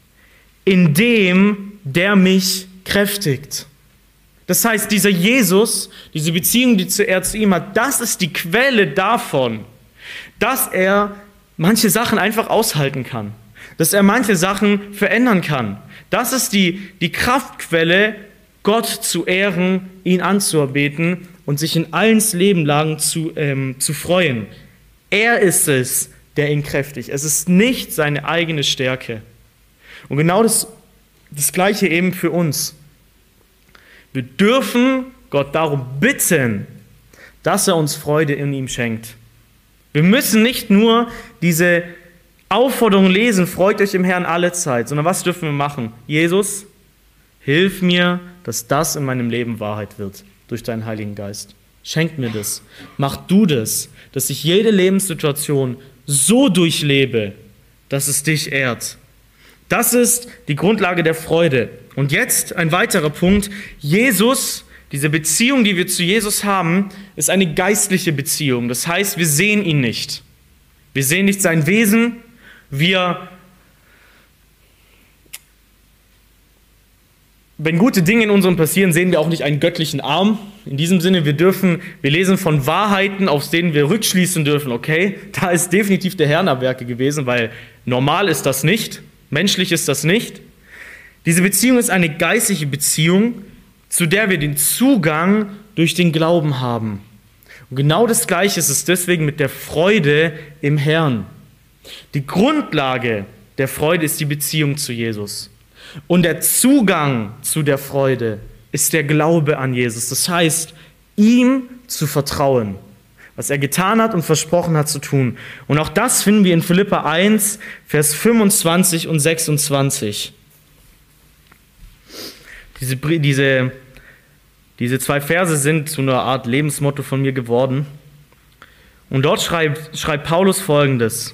Indem der mich kräftigt. Das heißt, dieser Jesus, diese Beziehung, die er zu ihm hat, das ist die Quelle davon, dass er manche Sachen einfach aushalten kann, dass er manche Sachen verändern kann. Das ist die, die Kraftquelle, Gott zu ehren, ihn anzuerbeten und sich in allen Lebenlagen zu, ähm, zu freuen. Er ist es, der ihn kräftigt. Es ist nicht seine eigene Stärke. Und genau das, das Gleiche eben für uns. Wir dürfen Gott darum bitten, dass er uns Freude in ihm schenkt. Wir müssen nicht nur diese Aufforderung lesen, freut euch im Herrn alle Zeit, sondern was dürfen wir machen? Jesus, hilf mir, dass das in meinem Leben Wahrheit wird, durch deinen Heiligen Geist. Schenk mir das. Mach du das, dass ich jede Lebenssituation so durchlebe, dass es dich ehrt. Das ist die Grundlage der Freude. Und jetzt ein weiterer Punkt. Jesus, diese Beziehung, die wir zu Jesus haben, ist eine geistliche Beziehung. Das heißt, wir sehen ihn nicht. Wir sehen nicht sein Wesen. Wir, wenn gute Dinge in unserem passieren, sehen wir auch nicht einen göttlichen Arm. In diesem Sinne, wir dürfen, wir lesen von Wahrheiten, aus denen wir rückschließen dürfen, okay, da ist definitiv der Herr am Werke gewesen, weil normal ist das nicht. Menschlich ist das nicht. Diese Beziehung ist eine geistliche Beziehung, zu der wir den Zugang durch den Glauben haben. Und genau das Gleiche ist es deswegen mit der Freude im Herrn. Die Grundlage der Freude ist die Beziehung zu Jesus. Und der Zugang zu der Freude ist der Glaube an Jesus. Das heißt, ihm zu vertrauen, was er getan hat und versprochen hat zu tun. Und auch das finden wir in Philipper eins, Vers fünfundzwanzig und sechsundzwanzig. Diese, diese, diese zwei Verse sind zu einer Art Lebensmotto von mir geworden. Und dort schreibt, schreibt Paulus Folgendes.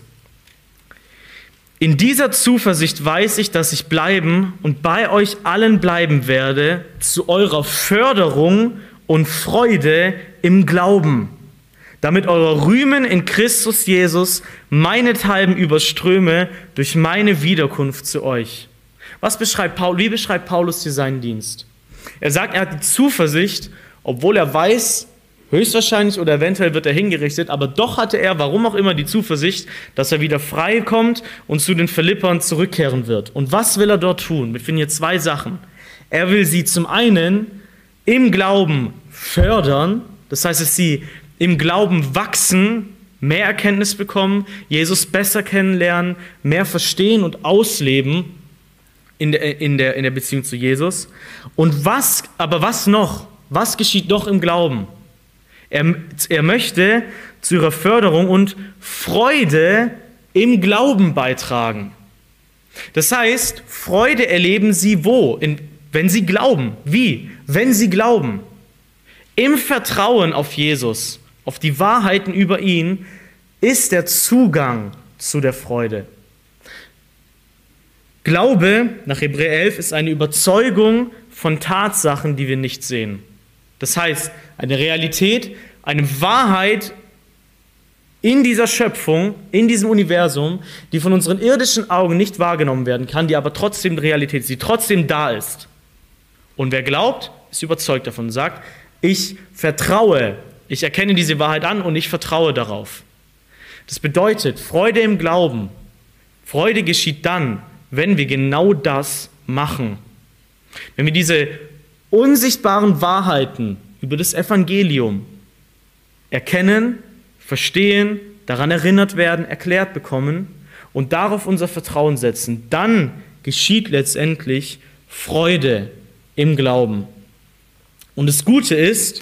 In dieser Zuversicht weiß ich, dass ich bleiben und bei euch allen bleiben werde, zu eurer Förderung und Freude im Glauben, damit euer Rühmen in Christus Jesus meinethalben überströme durch meine Wiederkunft zu euch. Was beschreibt Paulus, wie beschreibt Paulus hier seinen Dienst? Er sagt, er hat die Zuversicht, obwohl er weiß, höchstwahrscheinlich oder eventuell wird er hingerichtet, aber doch hatte er, warum auch immer, die Zuversicht, dass er wieder frei kommt und zu den Philippern zurückkehren wird. Und was will er dort tun? Wir finden hier zwei Sachen. Er will sie zum einen im Glauben fördern, das heißt, dass sie im Glauben wachsen, mehr Erkenntnis bekommen, Jesus besser kennenlernen, mehr verstehen und ausleben in der, in der, in der Beziehung zu Jesus. Und was, aber was noch? Was geschieht noch im Glauben? Er, er möchte zu ihrer Förderung und Freude im Glauben beitragen. Das heißt, Freude erleben sie wo? In, wenn sie glauben. Wie? Wenn sie glauben. Im Vertrauen auf Jesus, auf die Wahrheiten über ihn, ist der Zugang zu der Freude. Glaube, nach Hebräer elf, ist eine Überzeugung von Tatsachen, die wir nicht sehen. Das heißt, eine Realität, eine Wahrheit in dieser Schöpfung, in diesem Universum, die von unseren irdischen Augen nicht wahrgenommen werden kann, die aber trotzdem Realität ist, die trotzdem da ist. Und wer glaubt, ist überzeugt davon und sagt, ich vertraue, ich erkenne diese Wahrheit an und ich vertraue darauf. Das bedeutet, Freude im Glauben, Freude geschieht dann, wenn wir genau das machen. Wenn wir diese unsichtbaren Wahrheiten über das Evangelium erkennen, verstehen, daran erinnert werden, erklärt bekommen und darauf unser Vertrauen setzen, dann geschieht letztendlich Freude im Glauben. Und das Gute ist,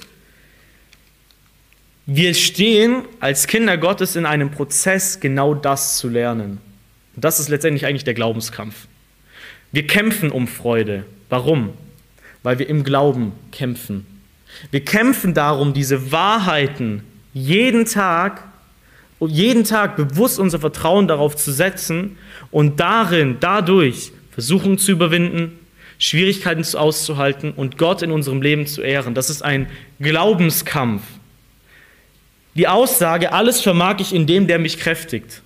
wir stehen als Kinder Gottes in einem Prozess, genau das zu lernen. Und das ist letztendlich eigentlich der Glaubenskampf. Wir kämpfen um Freude. Warum? Weil wir im Glauben kämpfen. Wir kämpfen darum, diese Wahrheiten jeden Tag und jeden Tag bewusst unser Vertrauen darauf zu setzen und darin, dadurch Versuchungen zu überwinden, Schwierigkeiten auszuhalten und Gott in unserem Leben zu ehren. Das ist ein Glaubenskampf. Die Aussage, alles vermag ich in dem, der mich kräftigt.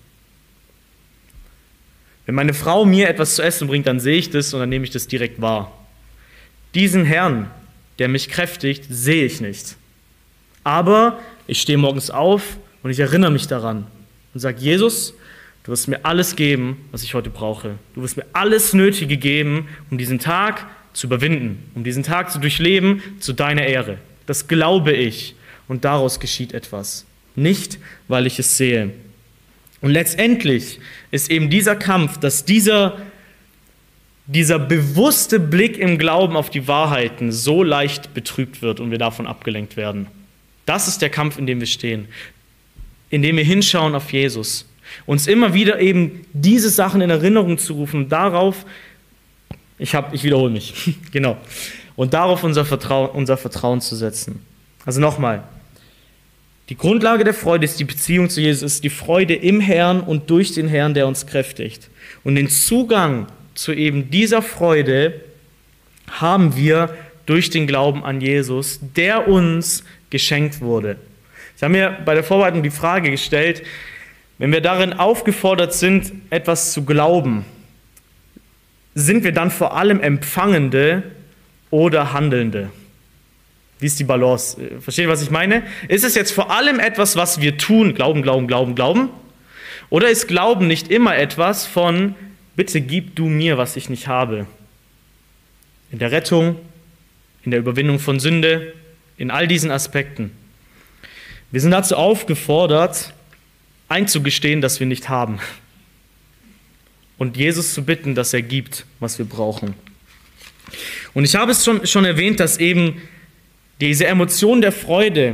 Wenn meine Frau mir etwas zu essen bringt, dann sehe ich das und dann nehme ich das direkt wahr. Diesen Herrn, der mich kräftigt, sehe ich nicht. Aber ich stehe morgens auf und ich erinnere mich daran und sage, Jesus, du wirst mir alles geben, was ich heute brauche. Du wirst mir alles Nötige geben, um diesen Tag zu überwinden, um diesen Tag zu durchleben, zu deiner Ehre. Das glaube ich und daraus geschieht etwas. Nicht, weil ich es sehe. Und letztendlich ist eben dieser Kampf, dass dieser, dieser bewusste Blick im Glauben auf die Wahrheiten so leicht betrübt wird und wir davon abgelenkt werden. Das ist der Kampf, in dem wir stehen, in dem wir hinschauen auf Jesus. Uns immer wieder eben diese Sachen in Erinnerung zu rufen und darauf, ich, hab, ich wiederhole mich, genau, und darauf unser Vertrauen, unser Vertrauen zu setzen. Also nochmal, die Grundlage der Freude ist die Beziehung zu Jesus, ist die Freude im Herrn und durch den Herrn, der uns kräftigt. Und den Zugang zu eben dieser Freude haben wir durch den Glauben an Jesus, der uns geschenkt wurde. Ich habe mir bei der Vorbereitung die Frage gestellt, wenn wir darin aufgefordert sind, etwas zu glauben, sind wir dann vor allem Empfangende oder Handelnde? Wie ist die Balance? Versteht ihr, was ich meine? Ist es jetzt vor allem etwas, was wir tun, glauben, glauben, glauben, glauben? Oder ist Glauben nicht immer etwas von, bitte gib du mir, was ich nicht habe? In der Rettung, in der Überwindung von Sünde, in all diesen Aspekten. Wir sind dazu aufgefordert, einzugestehen, dass wir nicht haben. Und Jesus zu bitten, dass er gibt, was wir brauchen. Und ich habe es schon, schon erwähnt, dass eben diese Emotion der Freude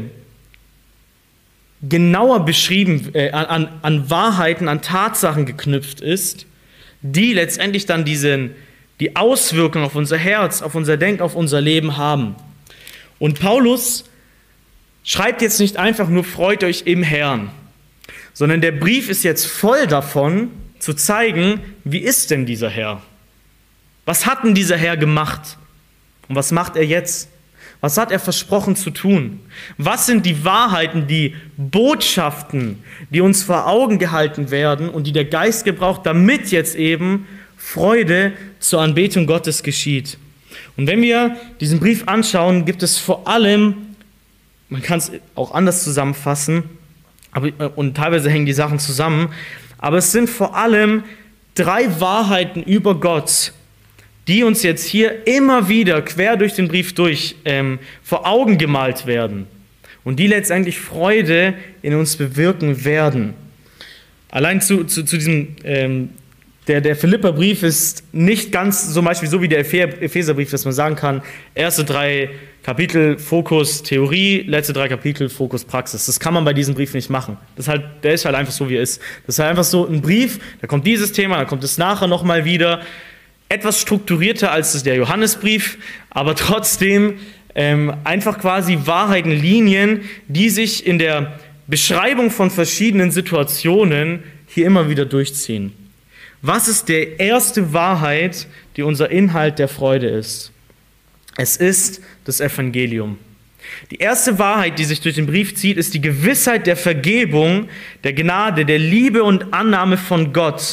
genauer beschrieben, äh, an, an Wahrheiten, an Tatsachen geknüpft ist, die letztendlich dann diesen, die Auswirkungen auf unser Herz, auf unser Denken, auf unser Leben haben. Und Paulus schreibt jetzt nicht einfach nur, freut euch im Herrn, sondern der Brief ist jetzt voll davon, zu zeigen, wie ist denn dieser Herr? Was hat denn dieser Herr gemacht? Und was macht er jetzt? Was hat er versprochen zu tun? Was sind die Wahrheiten, die Botschaften, die uns vor Augen gehalten werden und die der Geist gebraucht, damit jetzt eben Freude zur Anbetung Gottes geschieht? Und wenn wir diesen Brief anschauen, gibt es vor allem, man kann es auch anders zusammenfassen, aber, und teilweise hängen die Sachen zusammen, aber es sind vor allem drei Wahrheiten über Gott, die uns jetzt hier immer wieder quer durch den Brief durch ähm, vor Augen gemalt werden und die letztendlich Freude in uns bewirken werden. Allein zu, zu, zu diesem, ähm, der, der Philipperbrief ist nicht ganz zum Beispiel so wie der Epheserbrief, dass man sagen kann, erste drei Kapitel Fokus Theorie, letzte drei Kapitel Fokus Praxis. Das kann man bei diesem Brief nicht machen. Das ist halt, der ist halt einfach so, wie er ist. Das ist halt einfach so ein Brief, da kommt dieses Thema, dann kommt es nachher nochmal wieder. Etwas strukturierter als der Johannesbrief, aber trotzdem ähm, einfach quasi Wahrheiten, Linien, die sich in der Beschreibung von verschiedenen Situationen hier immer wieder durchziehen. Was ist die erste Wahrheit, die unser Inhalt der Freude ist? Es ist das Evangelium. Die erste Wahrheit, die sich durch den Brief zieht, ist die Gewissheit der Vergebung, der Gnade, der Liebe und Annahme von Gott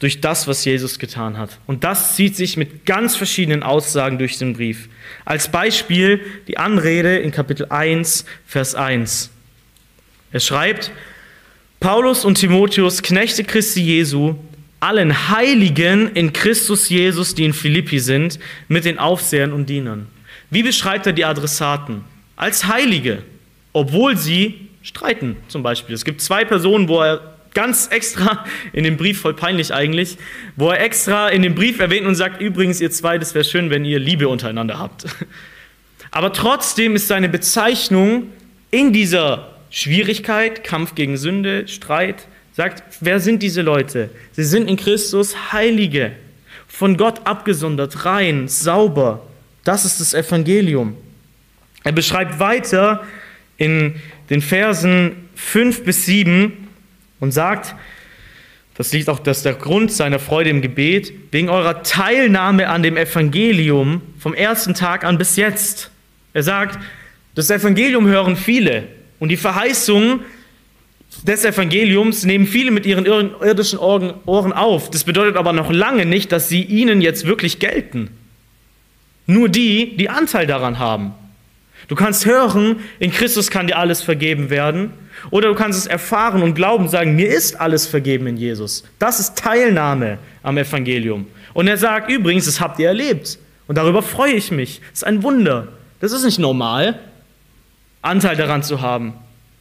durch das, was Jesus getan hat. Und das zieht sich mit ganz verschiedenen Aussagen durch den Brief. Als Beispiel die Anrede in Kapitel eins, Vers eins. Er schreibt: Paulus und Timotheus, Knechte Christi Jesu, allen Heiligen in Christus Jesus, die in Philippi sind, mit den Aufsehern und Dienern. Wie beschreibt er die Adressaten? Als Heilige, obwohl sie streiten zum Beispiel. Es gibt zwei Personen, wo er ganz extra in dem Brief, voll peinlich eigentlich, wo er extra in dem Brief erwähnt und sagt, übrigens ihr zwei, das wäre schön, wenn ihr Liebe untereinander habt. Aber trotzdem ist seine Bezeichnung in dieser Schwierigkeit, Kampf gegen Sünde, Streit, sagt, wer sind diese Leute? Sie sind in Christus Heilige, von Gott abgesondert, rein, sauber. Das ist das Evangelium. Er beschreibt weiter in den Versen fünf bis sieben und sagt, das liegt auch, das ist der Grund seiner Freude im Gebet, wegen eurer Teilnahme an dem Evangelium vom ersten Tag an bis jetzt. Er sagt, das Evangelium hören viele und die Verheißungen des Evangeliums nehmen viele mit ihren irdischen Ohren auf. Das bedeutet aber noch lange nicht, dass sie ihnen jetzt wirklich gelten. Nur die, die Anteil daran haben. Du kannst hören, in Christus kann dir alles vergeben werden. Oder du kannst es erfahren und glauben, sagen, mir ist alles vergeben in Jesus. Das ist Teilnahme am Evangelium. Und er sagt, übrigens, das habt ihr erlebt. Und darüber freue ich mich. Das ist ein Wunder. Das ist nicht normal, Anteil daran zu haben.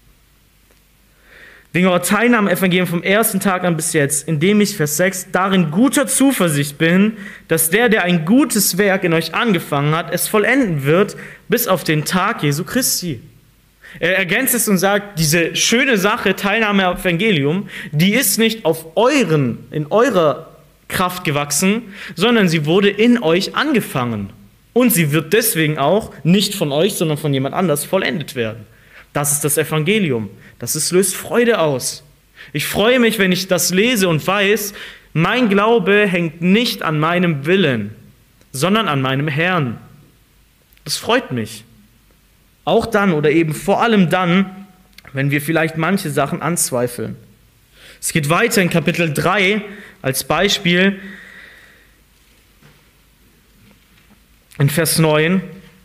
Wegen eurer Teilnahme am Evangelium vom ersten Tag an bis jetzt, indem ich, Vers sechs, darin guter Zuversicht bin, dass der, der ein gutes Werk in euch angefangen hat, es vollenden wird, bis auf den Tag Jesu Christi. Er ergänzt es und sagt, diese schöne Sache, Teilnahme am Evangelium, die ist nicht auf euren, in eurer Kraft gewachsen, sondern sie wurde in euch angefangen. Und sie wird deswegen auch nicht von euch, sondern von jemand anders vollendet werden. Das ist das Evangelium. Das ist, löst Freude aus. Ich freue mich, wenn ich das lese und weiß, mein Glaube hängt nicht an meinem Willen, sondern an meinem Herrn. Das freut mich. Auch dann oder eben vor allem dann, wenn wir vielleicht manche Sachen anzweifeln. Es geht weiter in Kapitel drei als Beispiel in Vers neun.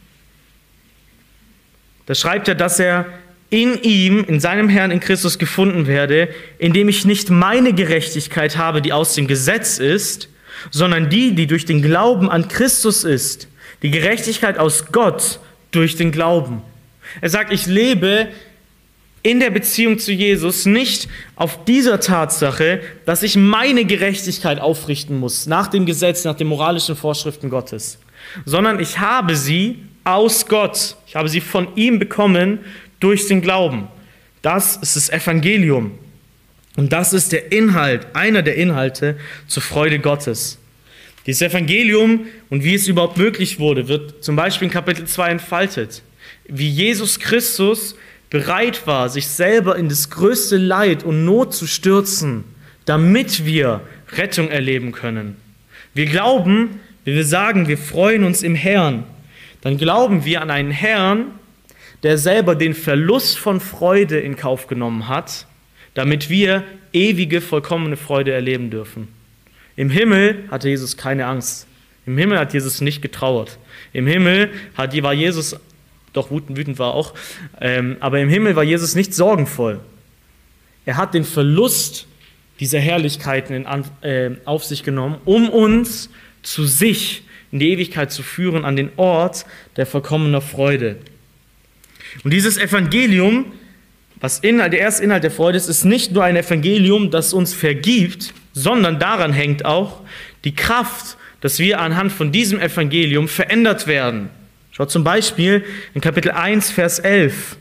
Da schreibt er, dass er in ihm, in seinem Herrn, in Christus gefunden werde, indem ich nicht meine Gerechtigkeit habe, die aus dem Gesetz ist, sondern die, die durch den Glauben an Christus ist. Die Gerechtigkeit aus Gott durch den Glauben. Er sagt, ich lebe in der Beziehung zu Jesus nicht auf dieser Tatsache, dass ich meine Gerechtigkeit aufrichten muss, nach dem Gesetz, nach den moralischen Vorschriften Gottes, sondern ich habe sie aus Gott. Ich habe sie von ihm bekommen durch den Glauben. Das ist das Evangelium. Und das ist der Inhalt, einer der Inhalte zur Freude Gottes. Dieses Evangelium und wie es überhaupt möglich wurde, wird zum Beispiel in Kapitel zwei entfaltet. Wie Jesus Christus bereit war, sich selber in das größte Leid und Not zu stürzen, damit wir Rettung erleben können. Wir glauben, wenn wir sagen, wir freuen uns im Herrn, dann glauben wir an einen Herrn, der selber den Verlust von Freude in Kauf genommen hat, damit wir ewige, vollkommene Freude erleben dürfen. Im Himmel hatte Jesus keine Angst. Im Himmel hat Jesus nicht getrauert. Im Himmel hat, war Jesus, doch wütend, wütend war auch, ähm, aber im Himmel war Jesus nicht sorgenvoll. Er hat den Verlust dieser Herrlichkeiten in, äh, auf sich genommen, um uns zu sich in die Ewigkeit zu führen, an den Ort der vollkommener Freude. Und dieses Evangelium, was Inhalt, der erste Inhalt der Freude ist, ist nicht nur ein Evangelium, das uns vergibt, sondern daran hängt auch die Kraft, dass wir anhand von diesem Evangelium verändert werden. Schaut zum Beispiel in Kapitel eins, Vers elf.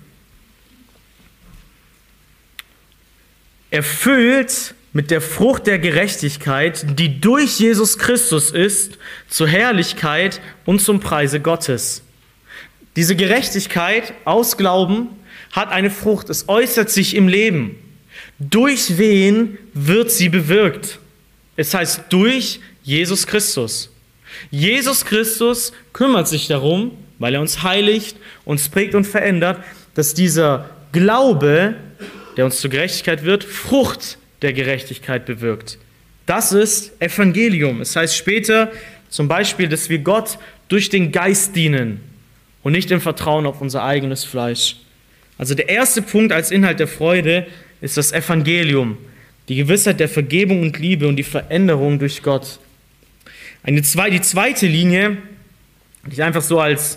Erfüllt mit der Frucht der Gerechtigkeit, die durch Jesus Christus ist, zur Herrlichkeit und zum Preise Gottes. Diese Gerechtigkeit aus Glauben hat eine Frucht, es äußert sich im Leben. Durch wen wird sie bewirkt? Es heißt durch Jesus Christus. Jesus Christus kümmert sich darum, weil er uns heiligt, uns prägt und verändert, dass dieser Glaube, der uns zur Gerechtigkeit wird, Frucht der Gerechtigkeit bewirkt. Das ist Evangelium. Es heißt später zum Beispiel, dass wir Gott durch den Geist dienen und nicht im Vertrauen auf unser eigenes Fleisch. Also der erste Punkt als Inhalt der Freude ist das Evangelium, die Gewissheit der Vergebung und Liebe und die Veränderung durch Gott. Eine zwei, die zweite Linie, die ich einfach so als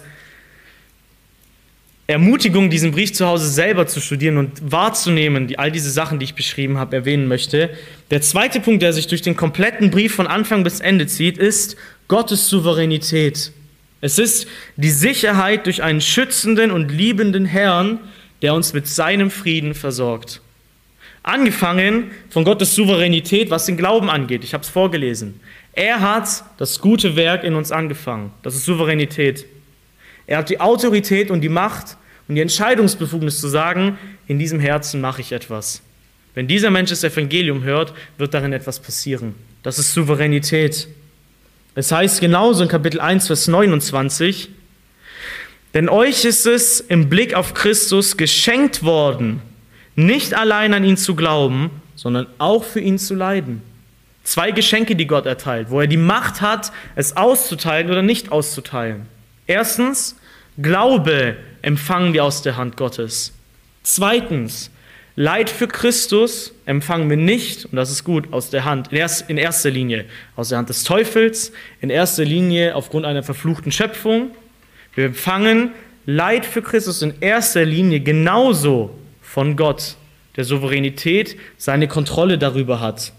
Ermutigung, diesen Brief zu Hause selber zu studieren und wahrzunehmen, die all diese Sachen, die ich beschrieben habe, erwähnen möchte. Der zweite Punkt, der sich durch den kompletten Brief von Anfang bis Ende zieht, ist Gottes Souveränität. Es ist die Sicherheit durch einen schützenden und liebenden Herrn, der uns mit seinem Frieden versorgt. Angefangen von Gottes Souveränität, was den Glauben angeht. Ich habe es vorgelesen. Er hat das gute Werk in uns angefangen. Das ist Souveränität. Er hat die Autorität und die Macht und die Entscheidungsbefugnis zu sagen, in diesem Herzen mache ich etwas. Wenn dieser Mensch das Evangelium hört, wird darin etwas passieren. Das ist Souveränität. Es heißt genauso in Kapitel eins, Vers neunundzwanzig, denn euch ist es im Blick auf Christus geschenkt worden, nicht allein an ihn zu glauben, sondern auch für ihn zu leiden. Zwei Geschenke, die Gott erteilt, wo er die Macht hat, es auszuteilen oder nicht auszuteilen. Erstens, Glaube empfangen wir aus der Hand Gottes. Zweitens, Leid für Christus empfangen wir nicht, und das ist gut, aus der Hand, in erster Linie aus der Hand des Teufels, in erster Linie aufgrund einer verfluchten Schöpfung. Wir empfangen Leid für Christus in erster Linie genauso von Gott, der Souveränität seine Kontrolle darüber hat.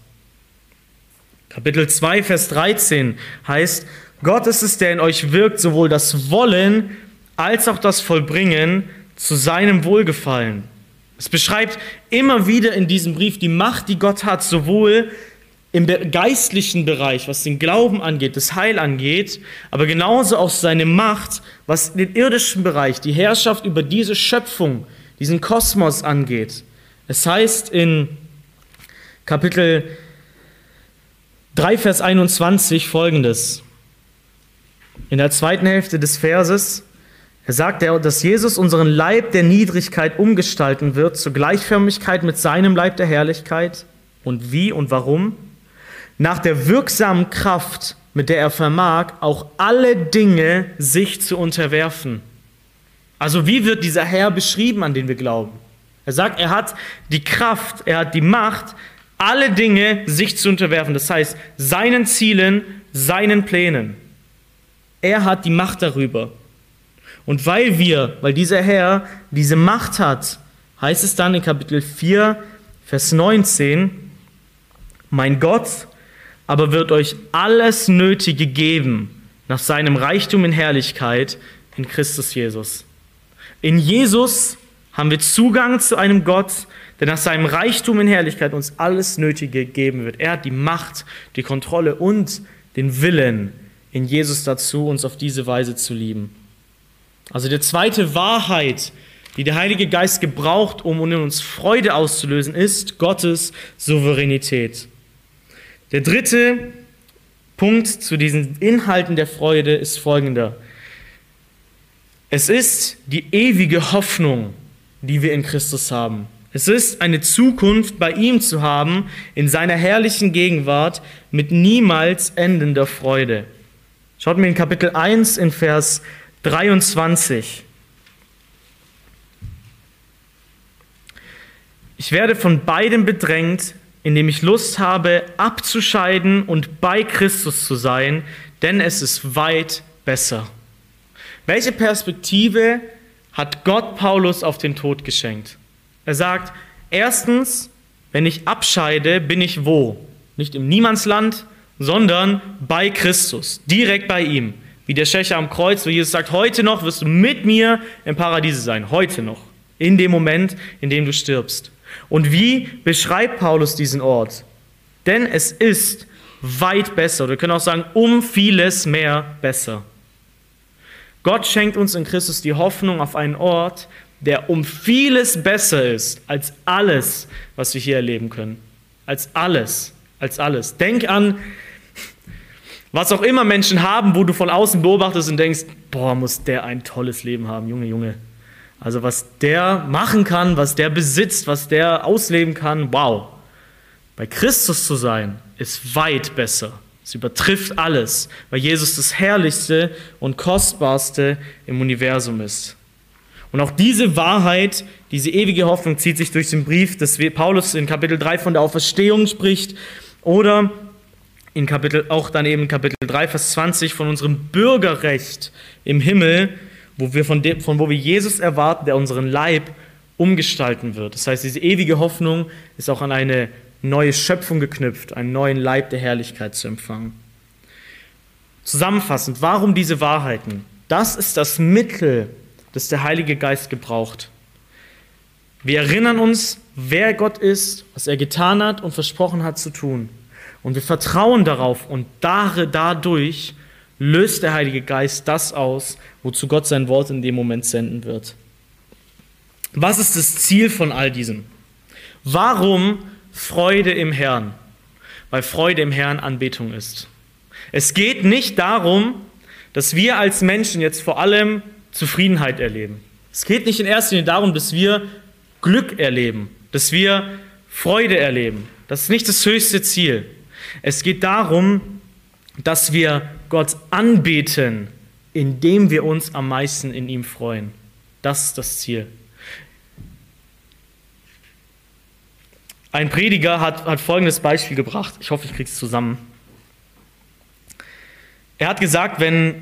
Kapitel zwei, Vers dreizehn heißt, Gott ist es, der in euch wirkt, sowohl das Wollen als auch das Vollbringen zu seinem Wohlgefallen. Es beschreibt immer wieder in diesem Brief die Macht, die Gott hat, sowohl im geistlichen Bereich, was den Glauben angeht, das Heil angeht, aber genauso auch seine Macht, was den irdischen Bereich, die Herrschaft über diese Schöpfung, diesen Kosmos angeht. Es heißt in Kapitel drei, Vers einundzwanzig folgendes. In der zweiten Hälfte des Verses, er sagt, dass Jesus unseren Leib der Niedrigkeit umgestalten wird zur Gleichförmigkeit mit seinem Leib der Herrlichkeit. Und wie und warum? Nach der wirksamen Kraft, mit der er vermag, auch alle Dinge sich zu unterwerfen. Also wie wird dieser Herr beschrieben, an den wir glauben? Er sagt, er hat die Kraft, er hat die Macht, alle Dinge sich zu unterwerfen. Das heißt, seinen Zielen, seinen Plänen. Er hat die Macht darüber. Und weil wir, weil dieser Herr diese Macht hat, heißt es dann in Kapitel vier, Vers neunzehn, mein Gott aber wird euch alles Nötige geben nach seinem Reichtum in Herrlichkeit in Christus Jesus. In Jesus haben wir Zugang zu einem Gott, der nach seinem Reichtum in Herrlichkeit uns alles Nötige geben wird. Er hat die Macht, die Kontrolle und den Willen in Jesus dazu, uns auf diese Weise zu lieben. Also die zweite Wahrheit, die der Heilige Geist gebraucht, um in uns Freude auszulösen, ist Gottes Souveränität. Der dritte Punkt zu diesen Inhalten der Freude ist folgender. Es ist die ewige Hoffnung, die wir in Christus haben. Es ist eine Zukunft bei ihm zu haben, in seiner herrlichen Gegenwart, mit niemals endender Freude. Schaut mir in Kapitel eins in Vers dreiundzwanzig. Ich werde von beidem bedrängt, indem ich Lust habe, abzuscheiden und bei Christus zu sein, denn es ist weit besser. Welche Perspektive hat Gott Paulus auf den Tod geschenkt? Er sagt, erstens, wenn ich abscheide, bin ich wo? Nicht im Niemandsland, sondern bei Christus, direkt bei ihm. Wie der Schächer am Kreuz, wo Jesus sagt, heute noch wirst du mit mir im Paradiese sein, heute noch, in dem Moment, in dem du stirbst. Und wie beschreibt Paulus diesen Ort? Denn es ist weit besser, oder wir können auch sagen, um vieles mehr besser. Gott schenkt uns in Christus die Hoffnung auf einen Ort, der um vieles besser ist als alles, was wir hier erleben können. Als alles, als alles. Denk an, was auch immer Menschen haben, wo du von außen beobachtest und denkst, boah, muss der ein tolles Leben haben, Junge, Junge. Also was der machen kann, was der besitzt, was der ausleben kann, wow. Bei Christus zu sein, ist weit besser. Es übertrifft alles, weil Jesus das Herrlichste und Kostbarste im Universum ist. Und auch diese Wahrheit, diese ewige Hoffnung zieht sich durch den Brief, dass Paulus in Kapitel drei von der Auferstehung spricht oder in Kapitel, auch dann eben Kapitel drei, Vers zwanzig von unserem Bürgerrecht im Himmel, wo wir von, dem, von wo wir Jesus erwarten, der unseren Leib umgestalten wird. Das heißt, diese ewige Hoffnung ist auch an eine neue Schöpfung geknüpft, einen neuen Leib der Herrlichkeit zu empfangen. Zusammenfassend, warum diese Wahrheiten? Das ist das Mittel, das der Heilige Geist gebraucht. Wir erinnern uns, wer Gott ist, was er getan hat und versprochen hat zu tun. Und wir vertrauen darauf und dadurch löst der Heilige Geist das aus, wozu Gott sein Wort in dem Moment senden wird. Was ist das Ziel von all diesem? Warum Freude im Herrn? Weil Freude im Herrn Anbetung ist. Es geht nicht darum, dass wir als Menschen jetzt vor allem Zufriedenheit erleben. Es geht nicht in erster Linie darum, dass wir Glück erleben, dass wir Freude erleben. Das ist nicht das höchste Ziel. Es geht darum, dass wir Gott anbeten, indem wir uns am meisten in ihm freuen. Das ist das Ziel. Ein Prediger hat, hat folgendes Beispiel gebracht. Ich hoffe, ich kriege es zusammen. Er hat gesagt, wenn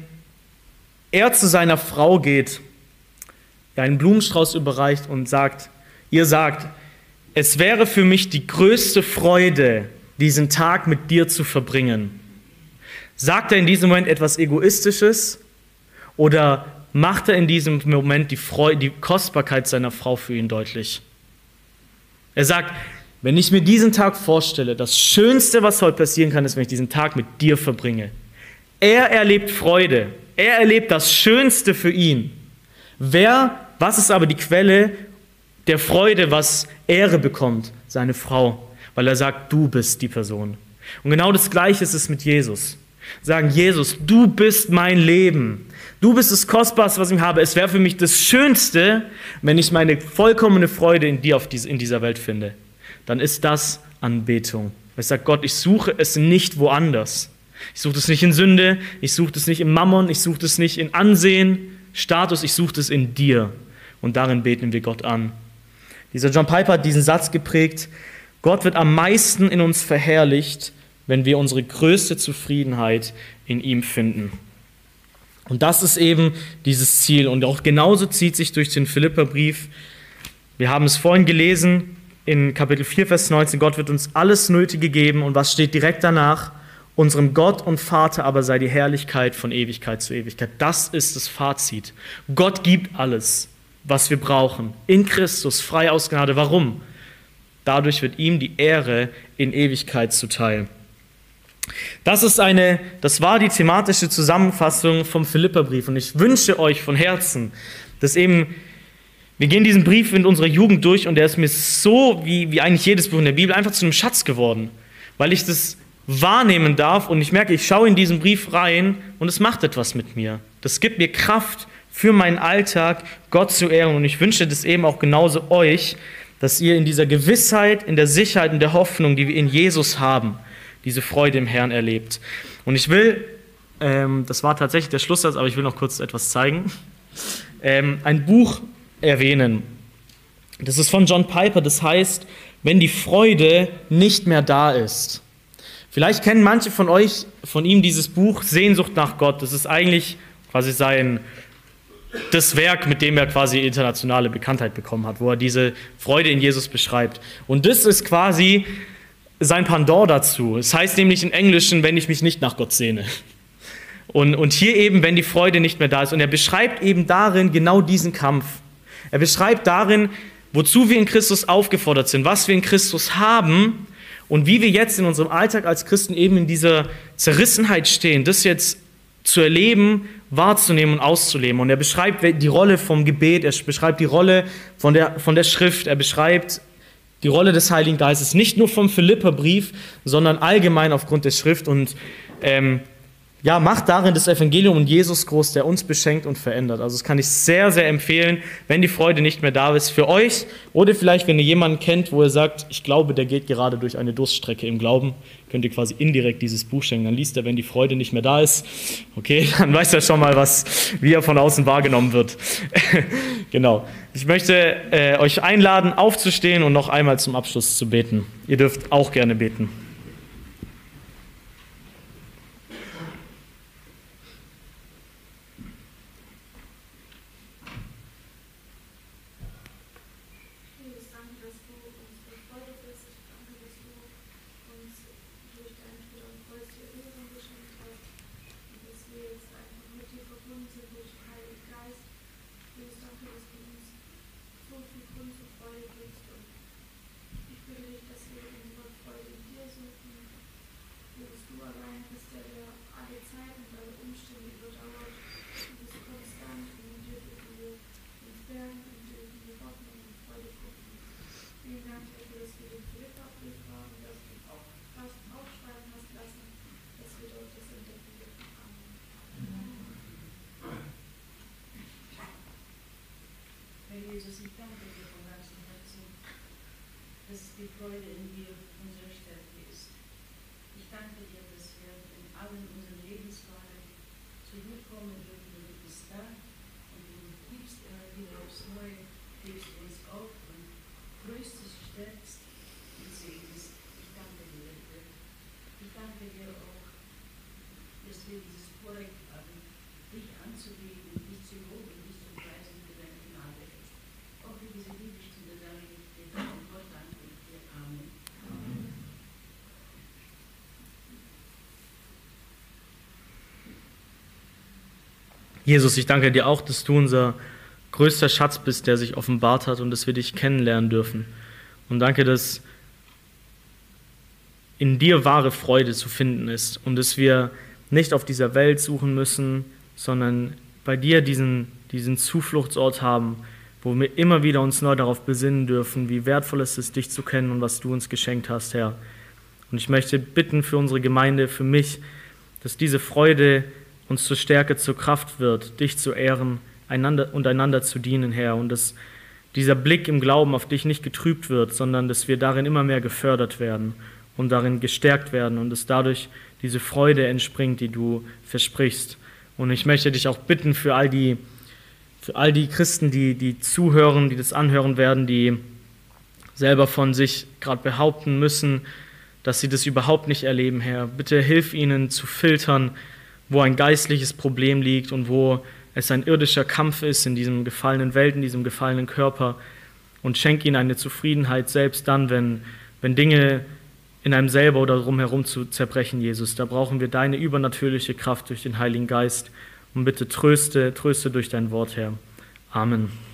er zu seiner Frau geht, ihr einen Blumenstrauß überreicht und sagt, ihr sagt, es wäre für mich die größte Freude, diesen Tag mit dir zu verbringen. Sagt er in diesem Moment etwas Egoistisches oder macht er in diesem Moment die Freude, die Kostbarkeit seiner Frau für ihn deutlich? Er sagt, wenn ich mir diesen Tag vorstelle, das Schönste, was heute passieren kann, ist, wenn ich diesen Tag mit dir verbringe. Er erlebt Freude. Er erlebt das Schönste für ihn. Wer, was ist aber die Quelle der Freude, was Ehre bekommt? Seine Frau. Weil er sagt, du bist die Person. Und genau das Gleiche ist es mit Jesus. Sagen, Jesus, du bist mein Leben. Du bist das Kostbarste, was ich habe. Es wäre für mich das Schönste, wenn ich meine vollkommene Freude in dir auf diese, in dieser Welt finde. Dann ist das Anbetung. Ich sage, Gott, ich suche es nicht woanders. Ich suche es nicht in Sünde, ich suche es nicht im Mammon, ich suche es nicht in Ansehen, Status, ich suche es in dir. Und darin beten wir Gott an. Dieser John Piper hat diesen Satz geprägt, Gott wird am meisten in uns verherrlicht, wenn wir unsere größte Zufriedenheit in ihm finden. Und das ist eben dieses Ziel. Und auch genauso zieht sich durch den Philipperbrief. Wir haben es vorhin gelesen, in Kapitel vier, Vers neunzehn, Gott wird uns alles Nötige geben. Und was steht direkt danach? Unserem Gott und Vater aber sei die Herrlichkeit von Ewigkeit zu Ewigkeit. Das ist das Fazit. Gott gibt alles, was wir brauchen. In Christus, frei aus Gnade. Warum? Dadurch wird ihm die Ehre in Ewigkeit zuteil. Das ist eine, das war die thematische Zusammenfassung vom Philipperbrief. Und ich wünsche euch von Herzen, dass eben, wir gehen diesen Brief in unserer Jugend durch und der ist mir so, wie, wie eigentlich jedes Buch in der Bibel, einfach zu einem Schatz geworden. Weil ich das wahrnehmen darf und ich merke, ich schaue in diesen Brief rein und es macht etwas mit mir. Das gibt mir Kraft für meinen Alltag, Gott zu ehren. Und ich wünsche das eben auch genauso euch, dass ihr in dieser Gewissheit, in der Sicherheit, in der Hoffnung, die wir in Jesus haben, diese Freude im Herrn erlebt. Und ich will, ähm, das war tatsächlich der Schlusssatz, aber ich will noch kurz etwas zeigen, ähm, ein Buch erwähnen. Das ist von John Piper, das heißt, wenn die Freude nicht mehr da ist. Vielleicht kennen manche von euch, von ihm dieses Buch Sehnsucht nach Gott. Das ist eigentlich quasi sein, das Werk, mit dem er quasi internationale Bekanntheit bekommen hat, wo er diese Freude in Jesus beschreibt. Und das ist quasi sein Pendant dazu. Es heißt nämlich im Englischen, wenn ich mich nicht nach Gott sehne. Und, und hier eben, wenn die Freude nicht mehr da ist. Und er beschreibt eben darin genau diesen Kampf. Er beschreibt darin, wozu wir in Christus aufgefordert sind, was wir in Christus haben und wie wir jetzt in unserem Alltag als Christen eben in dieser Zerrissenheit stehen, das jetzt zu erleben, wahrzunehmen und auszuleben. Und er beschreibt die Rolle vom Gebet, er beschreibt die Rolle von der, von der Schrift, er beschreibt die Rolle des Heiligen Geistes, nicht nur vom Philipperbrief, sondern allgemein aufgrund der Schrift. Und ähm, ja, macht darin das Evangelium und Jesus groß, der uns beschenkt und verändert. Also das kann ich sehr, sehr empfehlen, wenn die Freude nicht mehr da ist für euch oder vielleicht, wenn ihr jemanden kennt, wo ihr sagt, ich glaube, der geht gerade durch eine Durststrecke im Glauben, könnt ihr quasi indirekt dieses Buch schenken. Dann liest er, wenn die Freude nicht mehr da ist. Okay, dann weiß er schon mal, was, wie er von außen wahrgenommen wird. Genau. Ich möchte äh, euch einladen, aufzustehen und noch einmal zum Abschluss zu beten. Ihr dürft auch gerne beten. Jesus, ich danke dir von ganzem Herzen, dass die Freude in dir unsere Stärke ist. Ich danke dir, dass wir in allen unseren Lebenslagen zu dir kommen dürfen. Du bist da und du gibst immer wieder aufs Neue, gibst uns auf und tröstest, stärkst und segnest. Ich danke dir dafür. Ich danke dir auch, dass wir dieses Vorrecht haben, dich anzubeten, dich zu loben, dich zu preisen für deine Gnade. Auch für diese Bibelstunde sage ich dir dein Wort an und dir Amen. Amen. Jesus, ich danke dir auch, dass du unser größter Schatz bist, der sich offenbart hat und dass wir dich kennenlernen dürfen. Und danke, dass in dir wahre Freude zu finden ist und dass wir nicht auf dieser Welt suchen müssen, sondern bei dir diesen, diesen Zufluchtsort haben, wo wir immer wieder uns neu darauf besinnen dürfen, wie wertvoll es ist, dich zu kennen und was du uns geschenkt hast, Herr. Und ich möchte bitten für unsere Gemeinde, für mich, dass diese Freude uns zur Stärke, zur Kraft wird, dich zu ehren, einander und einander zu dienen, Herr. Und dass dieser Blick im Glauben auf dich nicht getrübt wird, sondern dass wir darin immer mehr gefördert werden und darin gestärkt werden und dass dadurch diese Freude entspringt, die du versprichst. Und ich möchte dich auch bitten für all die, für all die Christen, die, die zuhören, die das anhören werden, die selber von sich gerade behaupten müssen, dass sie das überhaupt nicht erleben, Herr. Bitte hilf ihnen zu filtern, wo ein geistliches Problem liegt und wo es ein irdischer Kampf ist in diesem gefallenen Welt, in diesem gefallenen Körper und schenk ihnen eine Zufriedenheit, selbst dann, wenn, wenn Dinge in einem selber oder drumherum zu zerbrechen, Jesus. Da brauchen wir deine übernatürliche Kraft durch den Heiligen Geist und bitte tröste, tröste durch dein Wort, Herr. Amen.